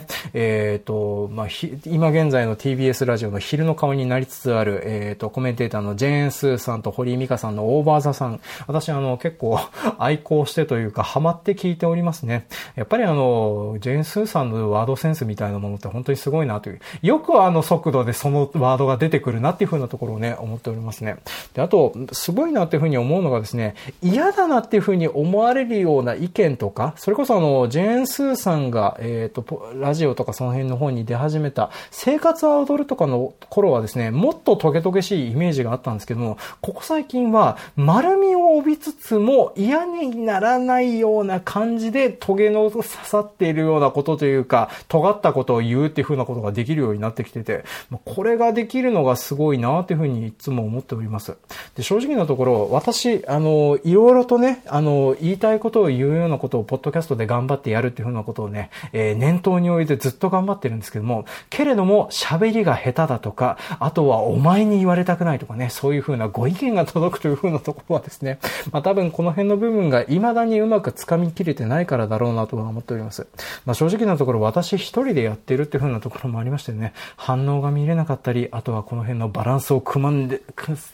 今現在の TBS ラジオの昼の顔になりつつある、コメンテーターのジェーン・スーさんと堀井美香さんのオーバーザさん、私結構愛好してというかハマって聞いておりますね。やっぱりジェーン・スーさんのワードセンスみたいなものって本当にすごいなという、よく速度でそのワードが出てくるなっていう風なところをね、思っておりますね。で、あと、すごいなっていう風に思うのがですね、嫌だなっていう風に思われるような意見とか、それこそジェーン・スーさんが、ラジオとかその辺の方に出始めた、生活は踊るとかの頃はですね、もっとトゲトゲしいイメージがあったんですけども、ここ最近は丸みを帯びつつも嫌にならないような感じでトゲの刺さっているようなことというか、尖ったことを言うっていう風なことができるようになってきてて、これができるのがすごいなっていう風にいつも思っております。で、正直なところ、私、いろいろとね、言いたいことを言うようなことをポッドキャストで頑張ってやるっていう風なことをね、念頭に置いてずっと頑張ってるんですけども、けれども喋りが下手だとか、あとはお前に言われたくないとかね、そういう風なご意見が届くという風なところはですね、多分この辺の部分が未だにうまく掴みきれてないからだろうなとは思っております。正直なところ私一人でやってるっていう風なところもありましてね、反応が見れなかったり、あとはこの辺のバランスを組んで、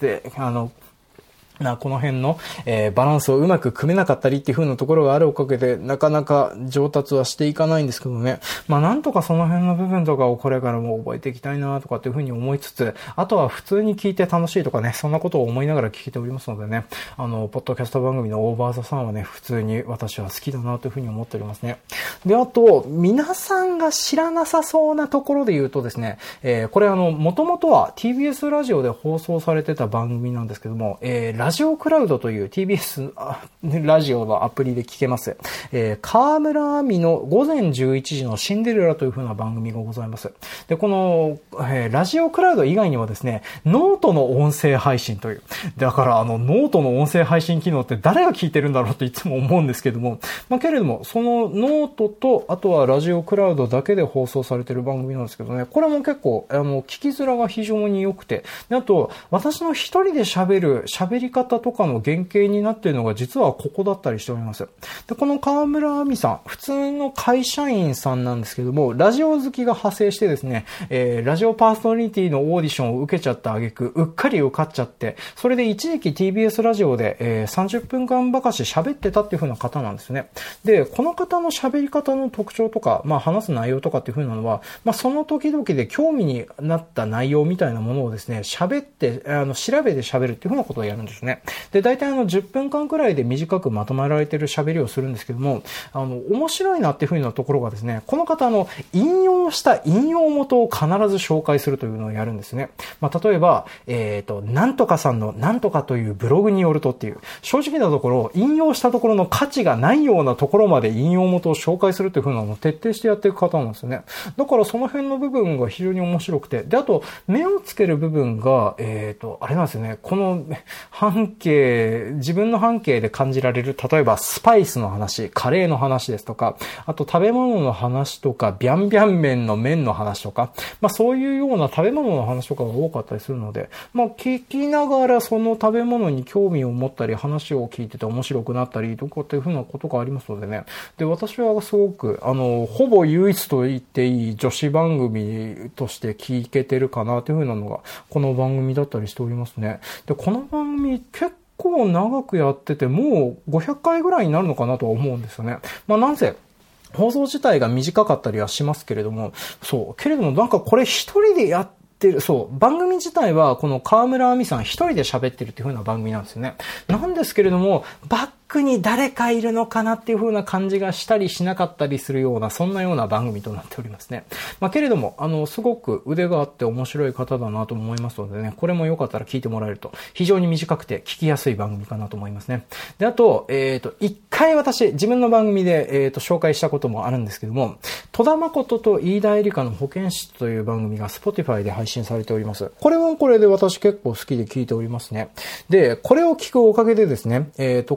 この辺の、バランスをうまく組めなかったりっていう風なところがあるおかげで、なかなか上達はしていかないんですけどね。なんとかその辺の部分とかをこれからも覚えていきたいなとかっていう風に思いつつ、あとは普通に聞いて楽しいとかね、そんなことを思いながら聞いておりますのでね、ポッドキャスト番組のオーバーザさんはね、普通に私は好きだなという風に思っておりますね。で、あと、皆さんが知らなさそうなところで言うとですね、これもともとは TBS ラジオで放送されてた番組なんですけども、ラジオクラウドという TBS ラジオのアプリで聞けます。河村亜美の午前11時のシンデレラという風な番組がございます。で、この、ラジオクラウド以外にはですね、ノートの音声配信という。だからノートの音声配信機能って誰が聞いてるんだろうっていつも思うんですけども、けれども、そのノートと、あとはラジオクラウドだけで放送されている番組なんですけどね、これも結構、聞きづらが非常に良くて、で、あと、私の一人で喋り方とかの原型になっているのが実はここだったりしております。で、この河村亜美さん、普通の会社員さんなんですけども、ラジオ好きが派生してですね、ラジオパーソナリティのオーディションを受けちゃった挙句、うっかり受かっちゃって、それで一時期 TBS ラジオで、30分間ばかし喋ってたっていう風な方なんですね。で、この方の喋り方の特徴とか、話す内容とかっていう風なのは、その時々で興味になった内容みたいなものをですね、喋って、調べて喋るっていう風なことをやるんですね。で、大体10分間くらいで短くまとめられている喋りをするんですけども、面白いなっていう風なところがですね、この方引用した引用元を必ず紹介するというのをやるんですね。例えば、なんとかさんのなんとかというブログによるとっていう、正直なところ、引用したところの価値がないようなところまで引用元を紹介するという風なのを徹底してやっていく方なんですよね。だからその辺の部分が非常に面白くて、で、あと、目をつける部分が、あれなんですよね、この自分の半径で感じられる、例えばスパイスの話、カレーの話ですとか、あと食べ物の話とか、ビャンビャン麺の麺の話とか、そういうような食べ物の話とかが多かったりするので、聞きながらその食べ物に興味を持ったり、話を聞いてて面白くなったりとかっていうふうなことがありますのでね。で、私はすごく、ほぼ唯一と言っていい女子番組として聞けてるかなというふうなのが、この番組だったりしておりますね。で、この番組結構長くやってて、もう500回ぐらいになるのかなとは思うんですよね。なんせ、放送自体が短かったりはしますけれども、けれどもこれ一人でやってる、番組自体はこの河村亜美さん一人で喋ってるっていう風な番組なんですよね。なんですけれども、バックに誰かいるのかなっていう風な感じがしたりしなかったりするような、そんなような番組となっておりますね。けれども、すごく腕があって面白い方だなと思いますのでね、これもよかったら聞いてもらえると、非常に短くて聞きやすい番組かなと思いますね。で、あと、一回私、自分の番組で、紹介したこともあるんですけども、戸田誠と飯田絵梨香の保健室という番組が Spotify で配信されております。これはこれで私結構好きで聞いておりますね。で、これを聞くおかげでですね、この戸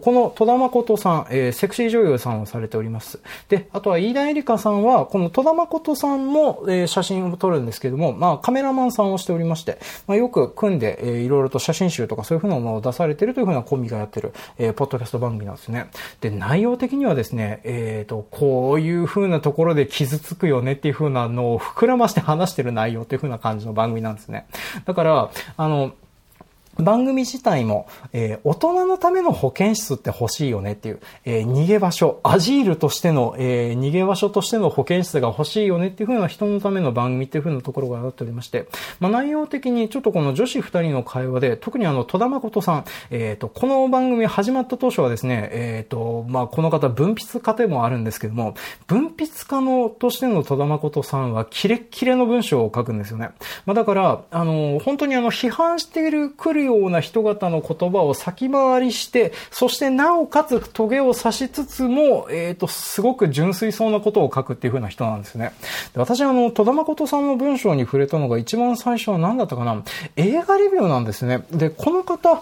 戸田誠さん、セクシー女優さんをされております。で、あとは飯田絵梨香さんは、この戸田誠さんも、写真を撮るんですけども、カメラマンさんをしておりまして、よく組んで、いろいろと写真集とかそういうふうなものを出されているというふうなコンビがやってる、ポッドキャスト番組なんですね。で、内容的にはですね、こういうふうなところで傷つくよねっていうふうなのを膨らまして話してる内容っていうふうな感じの番組なんですね。だから、番組自体も、大人のための保健室って欲しいよねっていう、逃げ場所、アジールとしての、逃げ場所としての保健室が欲しいよねっていう風な人のための番組っていう風なところがなっておりまして、内容的にちょっとこの女子二人の会話で、特に戸田誠さん、この番組始まった当初はですね、この方文筆家でもあるんですけども、文筆家のとしての戸田誠さんはキレッキレの文章を書くんですよね。だから、本当に批判してくるような人方の言葉を先回りして、そしてなおかつトゲを刺しつつも、すごく純粋そうなことを書くっていう風な人なんですね。で、私戸田誠さんの文章に触れたのが一番最初は何だったかな、映画レビューなんですね。で、この方、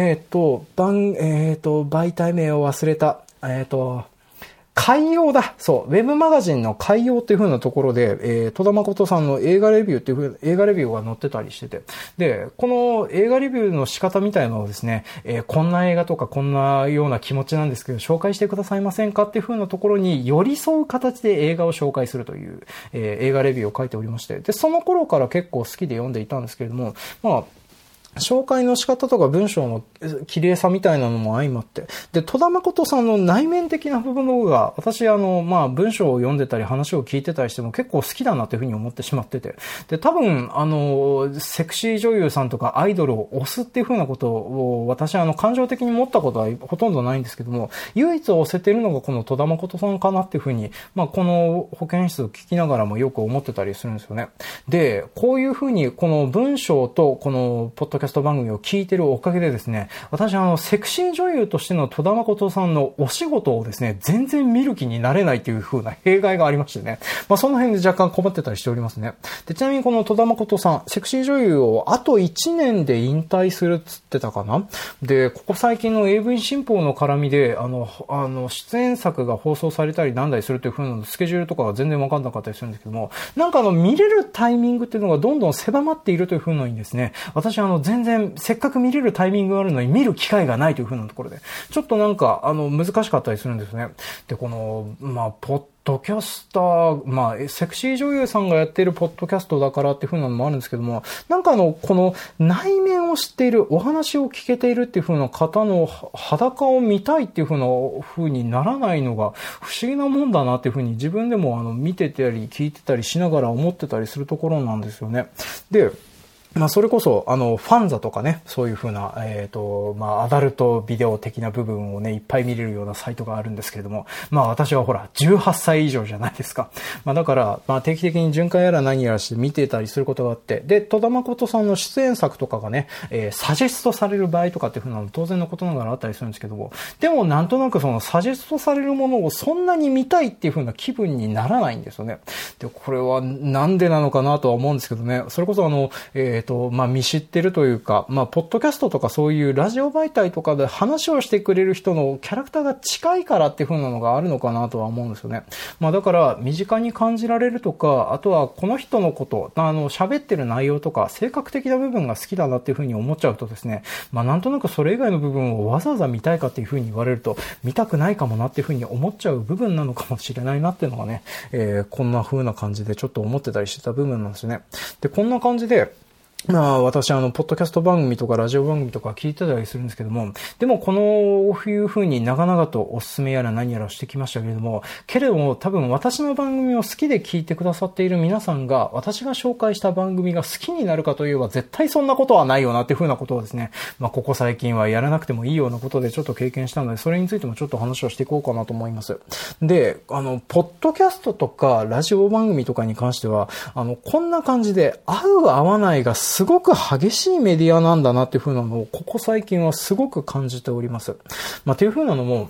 媒体名を忘れた、海洋だ。そう。ウェブマガジンの海洋っていう風なところで、戸田誠さんの映画レビューっていう風な映画レビューが載ってたりしてて。で、この映画レビューの仕方みたいなのをですね、こんな映画とかこんなような気持ちなんですけど、紹介してくださいませんかっていう風なところに寄り添う形で映画を紹介するという、映画レビューを書いておりまして。で、その頃から結構好きで読んでいたんですけれども、紹介の仕方とか文章の綺麗さみたいなのも相まって。で、戸田誠さんの内面的な部分の方が、私文章を読んでたり話を聞いてたりしても結構好きだなというふうに思ってしまってて。で、多分、セクシー女優さんとかアイドルを推すっていうふうなことを、私感情的に持ったことはほとんどないんですけども、唯一推せてるのがこの戸田誠さんかなっていうふうに、この保健室を聞きながらもよく思ってたりするんですよね。で、こういうふうに、この文章とこのポッドキャスト番組を聞いてるおかげでですね、私セクシー女優としての戸田誠さんのお仕事をですね、全然見る気になれないという風な弊害がありましてね、その辺で若干困ってたりしておりますね。で、ちなみにこの戸田誠さん、セクシー女優をあと1年で引退するっつってたかな。で、ここ最近の AV 新報の絡みで、出演作が放送されたりなんだりするという風なスケジュールとかが全然わかんなかったりするんですけども、見れるタイミングっていうのがどんどん狭まっているという風なにですね、私全然せっかく見れるタイミングがあるのに見る機会がないという風なところで、ちょっと難しかったりするんですね。で、この、ポッドキャスター、セクシー女優さんがやっているポッドキャストだからっていう風なのもあるんですけども、この内面を知っている、お話を聞けているっていう風な方の裸を見たいっていう風にならないのが不思議なもんだなっていう風に自分でも見てたり聞いてたりしながら思ってたりするところなんですよね。で、それこそ、ファンザとかね、そういう風な、アダルトビデオ的な部分をね、いっぱい見れるようなサイトがあるんですけれども、私はほら、18歳以上じゃないですか。だから、定期的に巡回やら何やらして見てたりすることがあって、で、戸田誠さんの出演作とかがね、サジェストされる場合とかっていう風なの当然のことながらあったりするんですけども、でもなんとなくそのサジェストされるものをそんなに見たいっていう風な気分にならないんですよね。で、これはなんでなのかなとは思うんですけどね、それこそ見知ってるというか、ポッドキャストとかそういうラジオ媒体とかで話をしてくれる人のキャラクターが近いからっていう風なのがあるのかなとは思うんですよね。だから身近に感じられるとか、あとはこの人のこと、喋ってる内容とか性格的な部分が好きだなっていう風に思っちゃうとですね、なんとなくそれ以外の部分をわざわざ見たいかっていう風に言われると、見たくないかもなっていう風に思っちゃう部分なのかもしれないなっていうのがね、こんな風な感じでちょっと思ってたりしてた部分なんですよね。で、こんな感じで、私ポッドキャスト番組とかラジオ番組とか聞いてたりするんですけども、でもこのいう風に長々とおすすめやら何やらしてきましたけれども、けれども多分私の番組を好きで聞いてくださっている皆さんが、私が紹介した番組が好きになるかといえば絶対そんなことはないよなっていう風なことをですね、ここ最近はやらなくてもいいようなことでちょっと経験したので、それについてもちょっと話をしていこうかなと思います。で、ポッドキャストとかラジオ番組とかに関しては、こんな感じで合う合わないがすごく激しいメディアなんだなっていう風なのをここ最近はすごく感じております。っていう風なのも、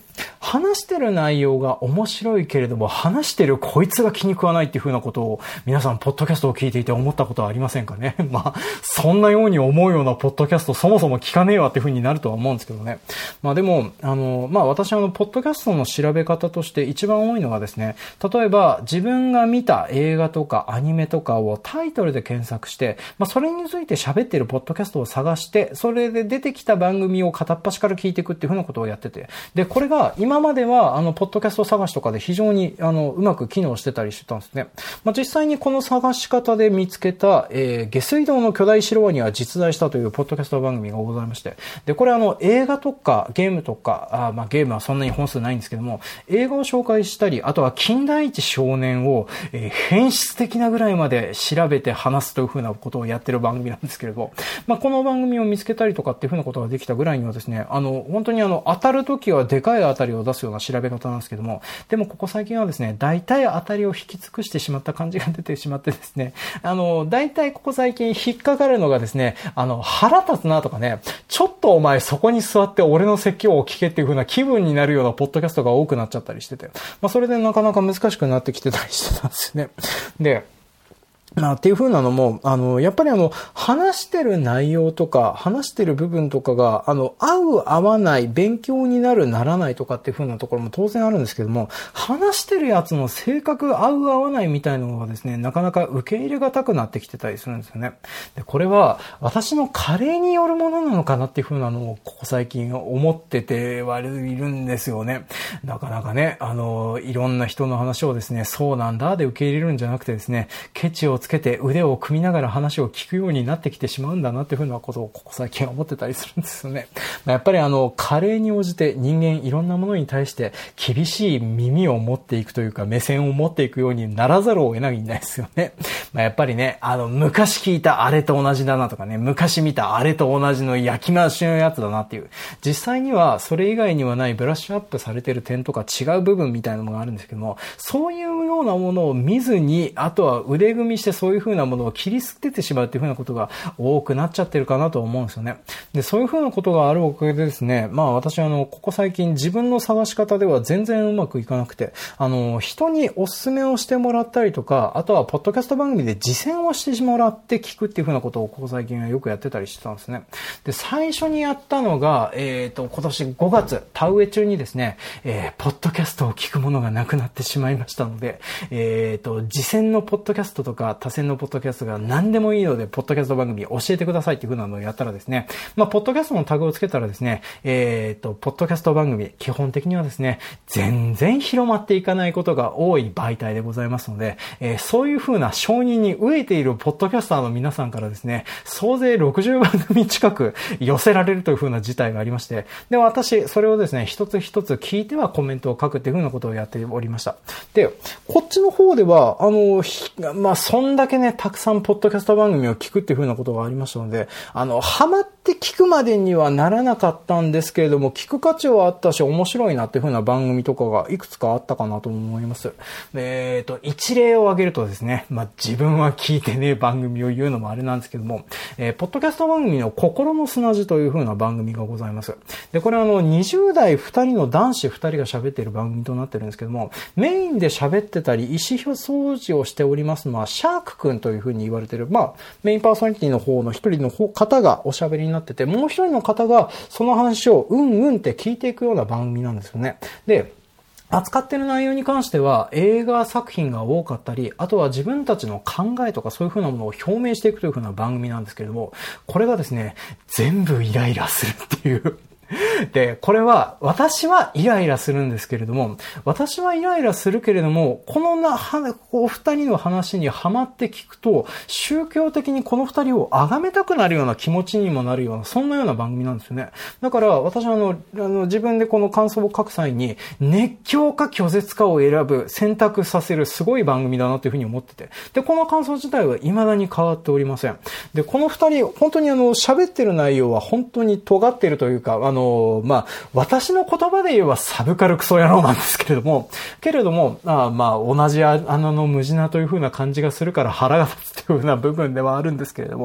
話してる内容が面白いけれども、話してるこいつが気に食わないっていう風なことを、皆さん、ポッドキャストを聞いていて思ったことはありませんかね。そんなように思うようなポッドキャストそもそも聞かねえわっていう風になるとは思うんですけどね。でも、私ポッドキャストの調べ方として一番多いのがですね、例えば自分が見た映画とかアニメとかをタイトルで検索して、それについて喋っているポッドキャストを探して、それで出てきた番組を片っ端から聞いていくっていう風なことをやってて、で、これが今まではポッドキャスト探しとかで非常にうまく機能してたりしてたんですね。実際にこの探し方で見つけた、下水道の巨大シロワニは実在したというポッドキャスト番組がございまして、で、これ映画とかゲームとか、ゲームはそんなに本数ないんですけども、映画を紹介したり、あとは金田一少年を、変質的なぐらいまで調べて話すというふうなことをやってる番組なんですけれど、この番組を見つけたりとかっていうふうなことができたぐらいにはですね、本当に当たるときはでかい当たりを出すような調べ方なんですけども、でもここ最近はですね、大体当たりを引き尽くしてしまった感じが出てしまってですね、大体ここ最近引っかかるのがですね、腹立つなとかね、ちょっとお前そこに座って俺の説教を聞けっていう風な気分になるようなポッドキャストが多くなっちゃったりしてて、それでなかなか難しくなってきてたりしてたんですね。で、っていう風なのも、やっぱり話してる内容とか、話してる部分とかが、合う合わない、勉強になるならないとかっていう風なところも当然あるんですけども、話してるやつの性格合う合わないみたいなのがですね、なかなか受け入れがたくなってきてたりするんですよね。で、これは私の加齢によるものなのかなっていう風なのを、ここ最近思っててはいるんですよね。なかなかね、いろんな人の話をですね、そうなんだで受け入れるんじゃなくてですね、ケチをつけて腕を組みながら話を聞くようになってきてしまうんだなっていうふうなことをここ最近思ってたりするんですよね。やっぱり加齢に応じて人間いろんなものに対して厳しい耳を持っていくというか目線を持っていくようにならざるを得ないんですよね。やっぱりね、昔聞いたあれと同じだなとかね、昔見たあれと同じの焼き回しのやつだなっていう、実際にはそれ以外にはないブラッシュアップされてる点とか違う部分みたいなのがあるんですけども、そういうようなものを見ずに、あとは腕組みしてそういう風なものを切り捨ててしまうっていう風なことが多くなっちゃってるかなと思うんですよね。で、そういう風なことがあるおかげでですね、私はここ最近自分の探し方では全然うまくいかなくて、人におすすめをしてもらったりとか、あとはポッドキャスト番組で実践をしてもらって聞くっていう風なことをここ最近はよくやってたりしてたんですね。で、最初にやったのが、今年5月、田植え中にですね、ポッドキャストを聞くものがなくなってしまいましたので、次戦のポッドキャストとか他戦のポッドキャストが何でもいいので、ポッドキャスト番組教えてくださいっていう風なのをやったらですね、ポッドキャストのタグをつけたらですね、ポッドキャスト番組、基本的にはですね、全然広まっていかないことが多い媒体でございますので、そういう風な承認に飢えているポッドキャスターの皆さんからですね、総勢60番組近く寄せられるという風な事態がありまして、で、私、それをですね、一つ一つ聞いてはコメントを書くっていう風なことをやっておりました。で、こっちの方では、そんだけね、たくさんポッドキャスト番組を聞くっていう風なことがありましたので、ハマって聞くまでにはならなかったんですけれども、聞く価値はあったし、面白いなっていう風な番組とかがいくつかあったかなと思います。一例を挙げるとですね、自分は聞いてねえ番組を言うのもあれなんですけども、ポッドキャスト番組の心の砂地という風な番組がございます。で、これ20代2人の男子2人が喋っている番組となってるんですけども、メインで喋ってたり、意思掃除をしておりますのは、シャークくんという風に言われている、メインパーソナリティの方の一人の方がおしゃべりになってて、もう一人の方がその話をって聞いていくような番組なんですよね。で、扱っている内容に関しては映画作品が多かったり、あとは自分たちの考えとかそういう風なものを表明していくという風な番組なんですけれども、これがですね、全部イライラするっていうで、これは、私はイライラするんですけれども、私はイライラするけれども、このお二人の話にハマって聞くと、宗教的にこの二人を崇めたくなるような気持ちにもなるような、そんなような番組なんですよね。だから、私は自分でこの感想を書く際に、熱狂か拒絶かを選ぶ、選択させるすごい番組だなというふうに思ってて。で、この感想自体は未だに変わっておりません。で、この二人、本当に喋ってる内容は本当に尖っているというか、私の言葉で言えばサブカルクソ野郎なんですけれども、同じ穴の無地なという風な感じがするから腹が立つという風な部分ではあるんですけれども、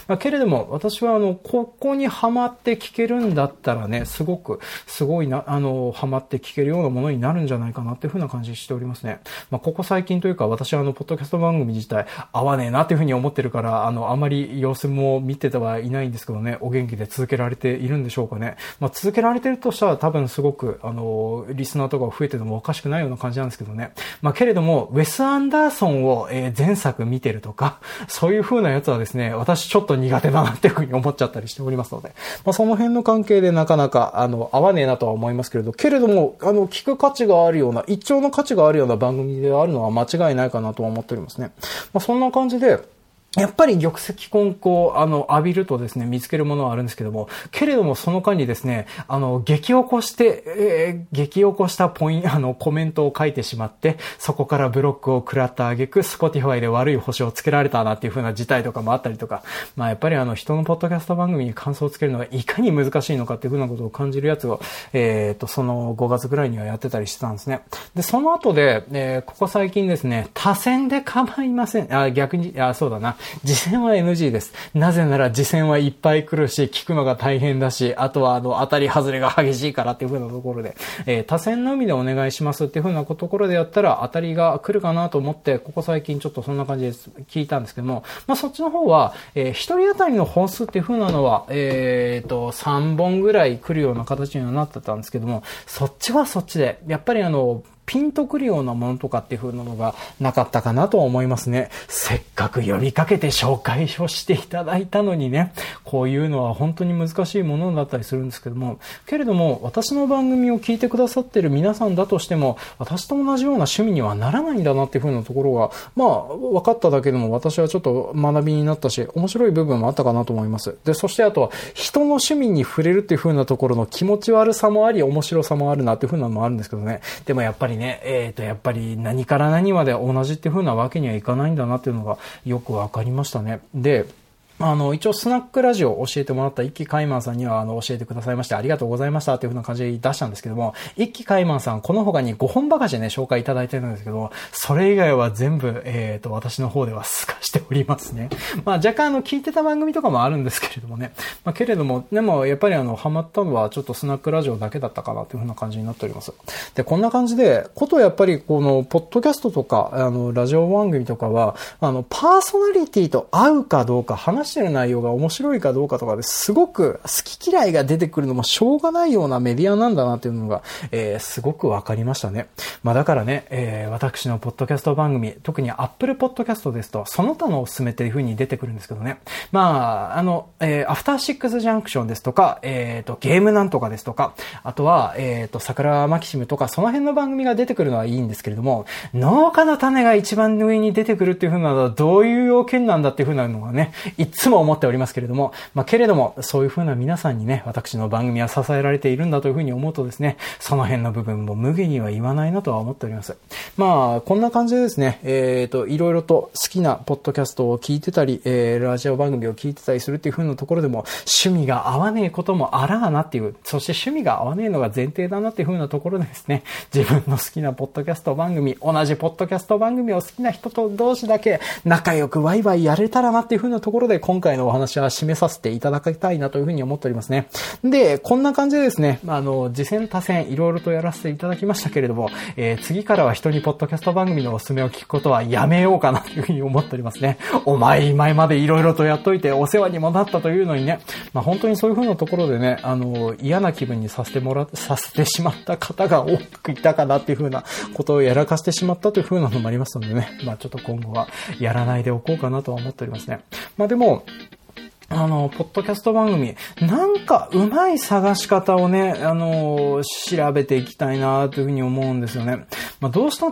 けれども、私はここにハマって聞けるんだったらね、すごいな、ハマって聞けるようなものになるんじゃないかなっていうふうな感じしておりますね。ここ最近というか、私はポッドキャスト番組自体合わねえなっていうふうに思ってるから、あまり様子も見ててはいないんですけどね、お元気で続けられているんでしょうかね。続けられてるとしたら多分すごく、リスナーとか増えててもおかしくないような感じなんですけどね。けれども、ウェス・アンダーソンを、前作見てるとか、そういう風なやつはですね、私ちょっと苦手だなっていう風に思っちゃったりしておりますので、その辺の関係でなかなか、合わねえなとは思いますけれど、聞く価値があるような、一丁の価値があるような番組であるのは間違いないかなとは思っておりますね。そんな感じで、やっぱり玉石混交、浴びるとですね、見つけるものはあるんですけども、けれどもその間にですね、激起こしたコメントを書いてしまって、そこからブロックを食らった挙句、Spotify で悪い星をつけられたなっていう風な事態とかもあったりとか、やっぱり人のポッドキャスト番組に感想をつけるのがいかに難しいのかっていう風なことを感じるやつを、その5月ぐらいにはやってたりしてたんですね。で、その後で、ここ最近ですね、多選で構いません。そうだな。次戦は NG です。なぜなら次戦はいっぱい来るし、聞くのが大変だし、あとは当たり外れが激しいからっていう風なところで、多選のみでお願いしますっていう風なところでやったら当たりが来るかなと思って、ここ最近ちょっとそんな感じで聞いたんですけども、そっちの方は、一人当たりの本数っていう風なのは、3本ぐらい来るような形にはなってたんですけども、そっちはそっちで、やっぱりピンとくるようなものとかっていう風なのがなかったかなと思いますね。せっかく呼びかけて紹介をしていただいたのにね、こういうのは本当に難しいものだったりするんですけども、けれども私の番組を聞いてくださっている皆さんだとしても、私と同じような趣味にはならないんだなっていう風なところが、分かっただけでも私はちょっと学びになったし、面白い部分もあったかなと思います。で、そしてあとは人の趣味に触れるっていう風なところの気持ち悪さもあり、面白さもあるなっていう風なのもあるんですけどね。でもやっぱりね、やっぱり何から何まで同じっていう風なわけにはいかないんだなっていうのがよくわかりましたね。で、一応スナックラジオを教えてもらった一輝カイマンさんには教えてくださいましてありがとうございましたっていう風な感じで出したんですけども、一輝カイマンさんこの他に5本ばかしでね紹介いただいてるんですけども、それ以外は全部私の方では透かしておりますね。若干聞いてた番組とかもあるんですけれどもね。けれどもでもやっぱりハマったのはちょっとスナックラジオだけだったかなっていう風な感じになっております。で、こんな感じでやっぱりこのポッドキャストとかラジオ番組とかはパーソナリティと合うかどうか話してる内容が面白いかどうかとかですごく好き嫌いが出てくるのもしょうがないようなメディアなんだなっていうのが、すごくわかりましたね。だからね、私のポッドキャスト番組、特に Apple Podcast ですとその他のおすすめっていう風に出てくるんですけどね。アフターシックスジャンクションですとか、ゲームなんとかですとか、あとは桜マキシムとかその辺の番組が出てくるのはいいんですけれども、農家の種が一番上に出てくるっていう風なのはどういう要件なんだっていう風なのがね、いつも思っておりますけれども、けれどもそういう風な皆さんにね、私の番組は支えられているんだという風に思うとですね、その辺の部分も無限には言わないなとは思っております。こんな感じでですね、いろいろと好きなポッドキャストを聞いてたり、ラジオ番組を聞いてたりするっていう風なところでも趣味が合わねえこともあらあなっていう、そして趣味が合わねえのが前提だなっていう風なところでですね、自分の好きなポッドキャスト番組、同じポッドキャスト番組を好きな人と同士だけ仲良くワイワイやれたらなっていう風なところで今回のお話は締めさせていただきたいなという風に思っておりますね。で、こんな感じでですね、次戦多戦いろいろとやらせていただきましたけれども、次からは人にポッドキャスト番組のおすすめを聞くことはやめようかなという風に思っておりますね。お前前までいろいろとやっといてお世話にもなったというのにね、本当にそういう風なところでね、嫌な気分にさせてしまった方が多くいたかなっていう風なことをやらかしてしまったという風なのもありますのでね、ちょっと今後はやらないでおこうかなとは思っておりますね。でもポッドキャスト番組、なんかうまい探し方をね、調べていきたいなというふうに思うんですよね。どうしたって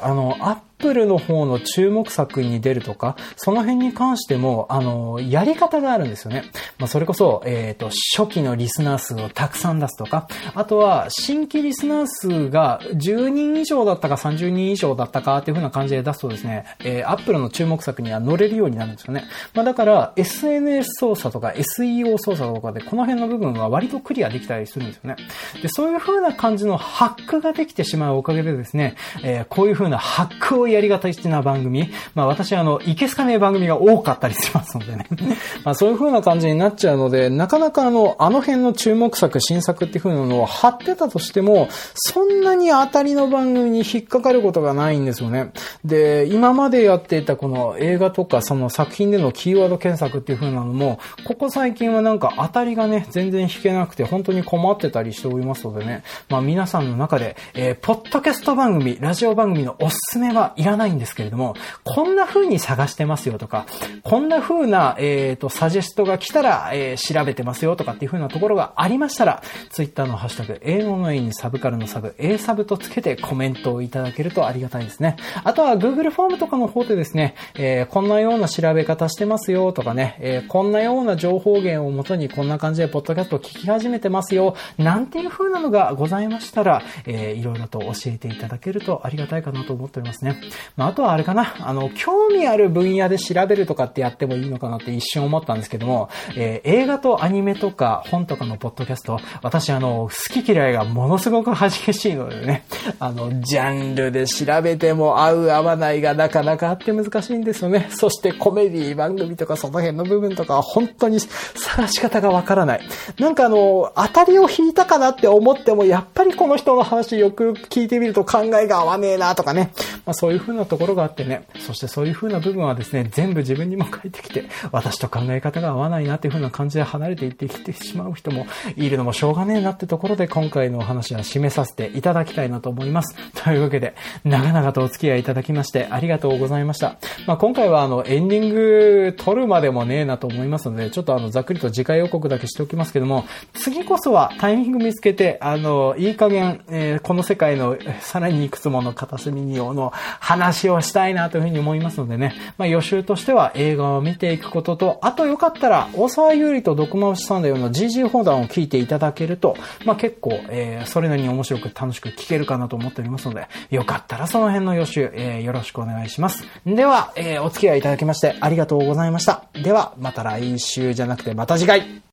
、Apple の方の注目作に出るとか、その辺に関しても、やり方があるんですよね。それこそ、初期のリスナー数をたくさん出すとか、あとは、新規リスナー数が10人以上だったか30人以上だったかっていう風な感じで出すとですね、Apple の注目作には乗れるようになるんですよね。だから、SNS 操作とか SEO 操作とかで、この辺の部分は割とクリアできたりするんですよね。で、そういう風な感じのハックができてしまうおかげでですね、こういう風なハックを
やりがちな番組、私いけすかねえ番組が多かったりしますのでね。そういう風な感じになっちゃうので、なかなかあの辺の注目作、新作っていう風なのを貼ってたとしても、そんなに当たりの番組に引っかかることがないんですよね。で、今までやっていたこの映画とかその作品でのキーワード検索っていう風なのも、ここ最近はなんか当たりがね、全然引けなくて本当に困ってたりしておりますのでね。皆さんの中で、ポッドキャスト番組、ラジオ番組のおすすめはいらないんですけれども、こんな風に探してますよとか、こんな風な、サジェストが来たら、調べてますよとかっていう風なところがありましたら、ツイッターのハッシュタグ、英語の A にサブカルのサブ、A サブとつけてコメントをいただけるとありがたいですね。あとは Google フォームとかの方でですね、こんなような調べ方してますよとかね、こんなような情報源をもとにこんな感じでポッドキャストを聞き始めてますよ、なんていう風なのがございましたら、いろいろと教えていただけるとありがたいかなと思っておりますね。あとはあれかな、興味ある分野で調べるとかってやってもいいのかなって一瞬思ったんですけども、映画とアニメとか本とかのポッドキャスト、私好き嫌いがものすごく激しいのでね、ジャンルで調べても合う合わないがなかなかあって難しいんですよね。そしてコメディ番組とかその辺の部分とかは本当に探し方がわからない。なんか当たりを引いたかなって思っても、やっぱりこの人の話よく聞いてみると考えが合わねえなとかね。そういう風なところがあってね。そしてそういう風な部分はですね、全部自分にも返ってきて、私と考え方が合わないなっていう風な感じで離れていってきてしまう人もいるのもしょうがねえなってところで、今回のお話は締めさせていただきたいなと思います。というわけで、長々とお付き合いいただきましてありがとうございました。今回はエンディング撮るまでもねえなと思いますので、ちょっとざっくりと次回予告だけしておきますけども、次こそはタイミング見つけて、いい加減、この世界のさらにいくつもの片隅にの話をしたいなというふうに思いますのでね、予習としては映画を見ていくことと、あとよかったら大沢優里と毒回しサンデーの GG 砲弾を聞いていただけると、結構、それなりに面白く楽しく聞けるかなと思っておりますので、よかったらその辺の予習、よろしくお願いします。では、お付き合いいただきましてありがとうございました。ではまた来週じゃなくてまた次回。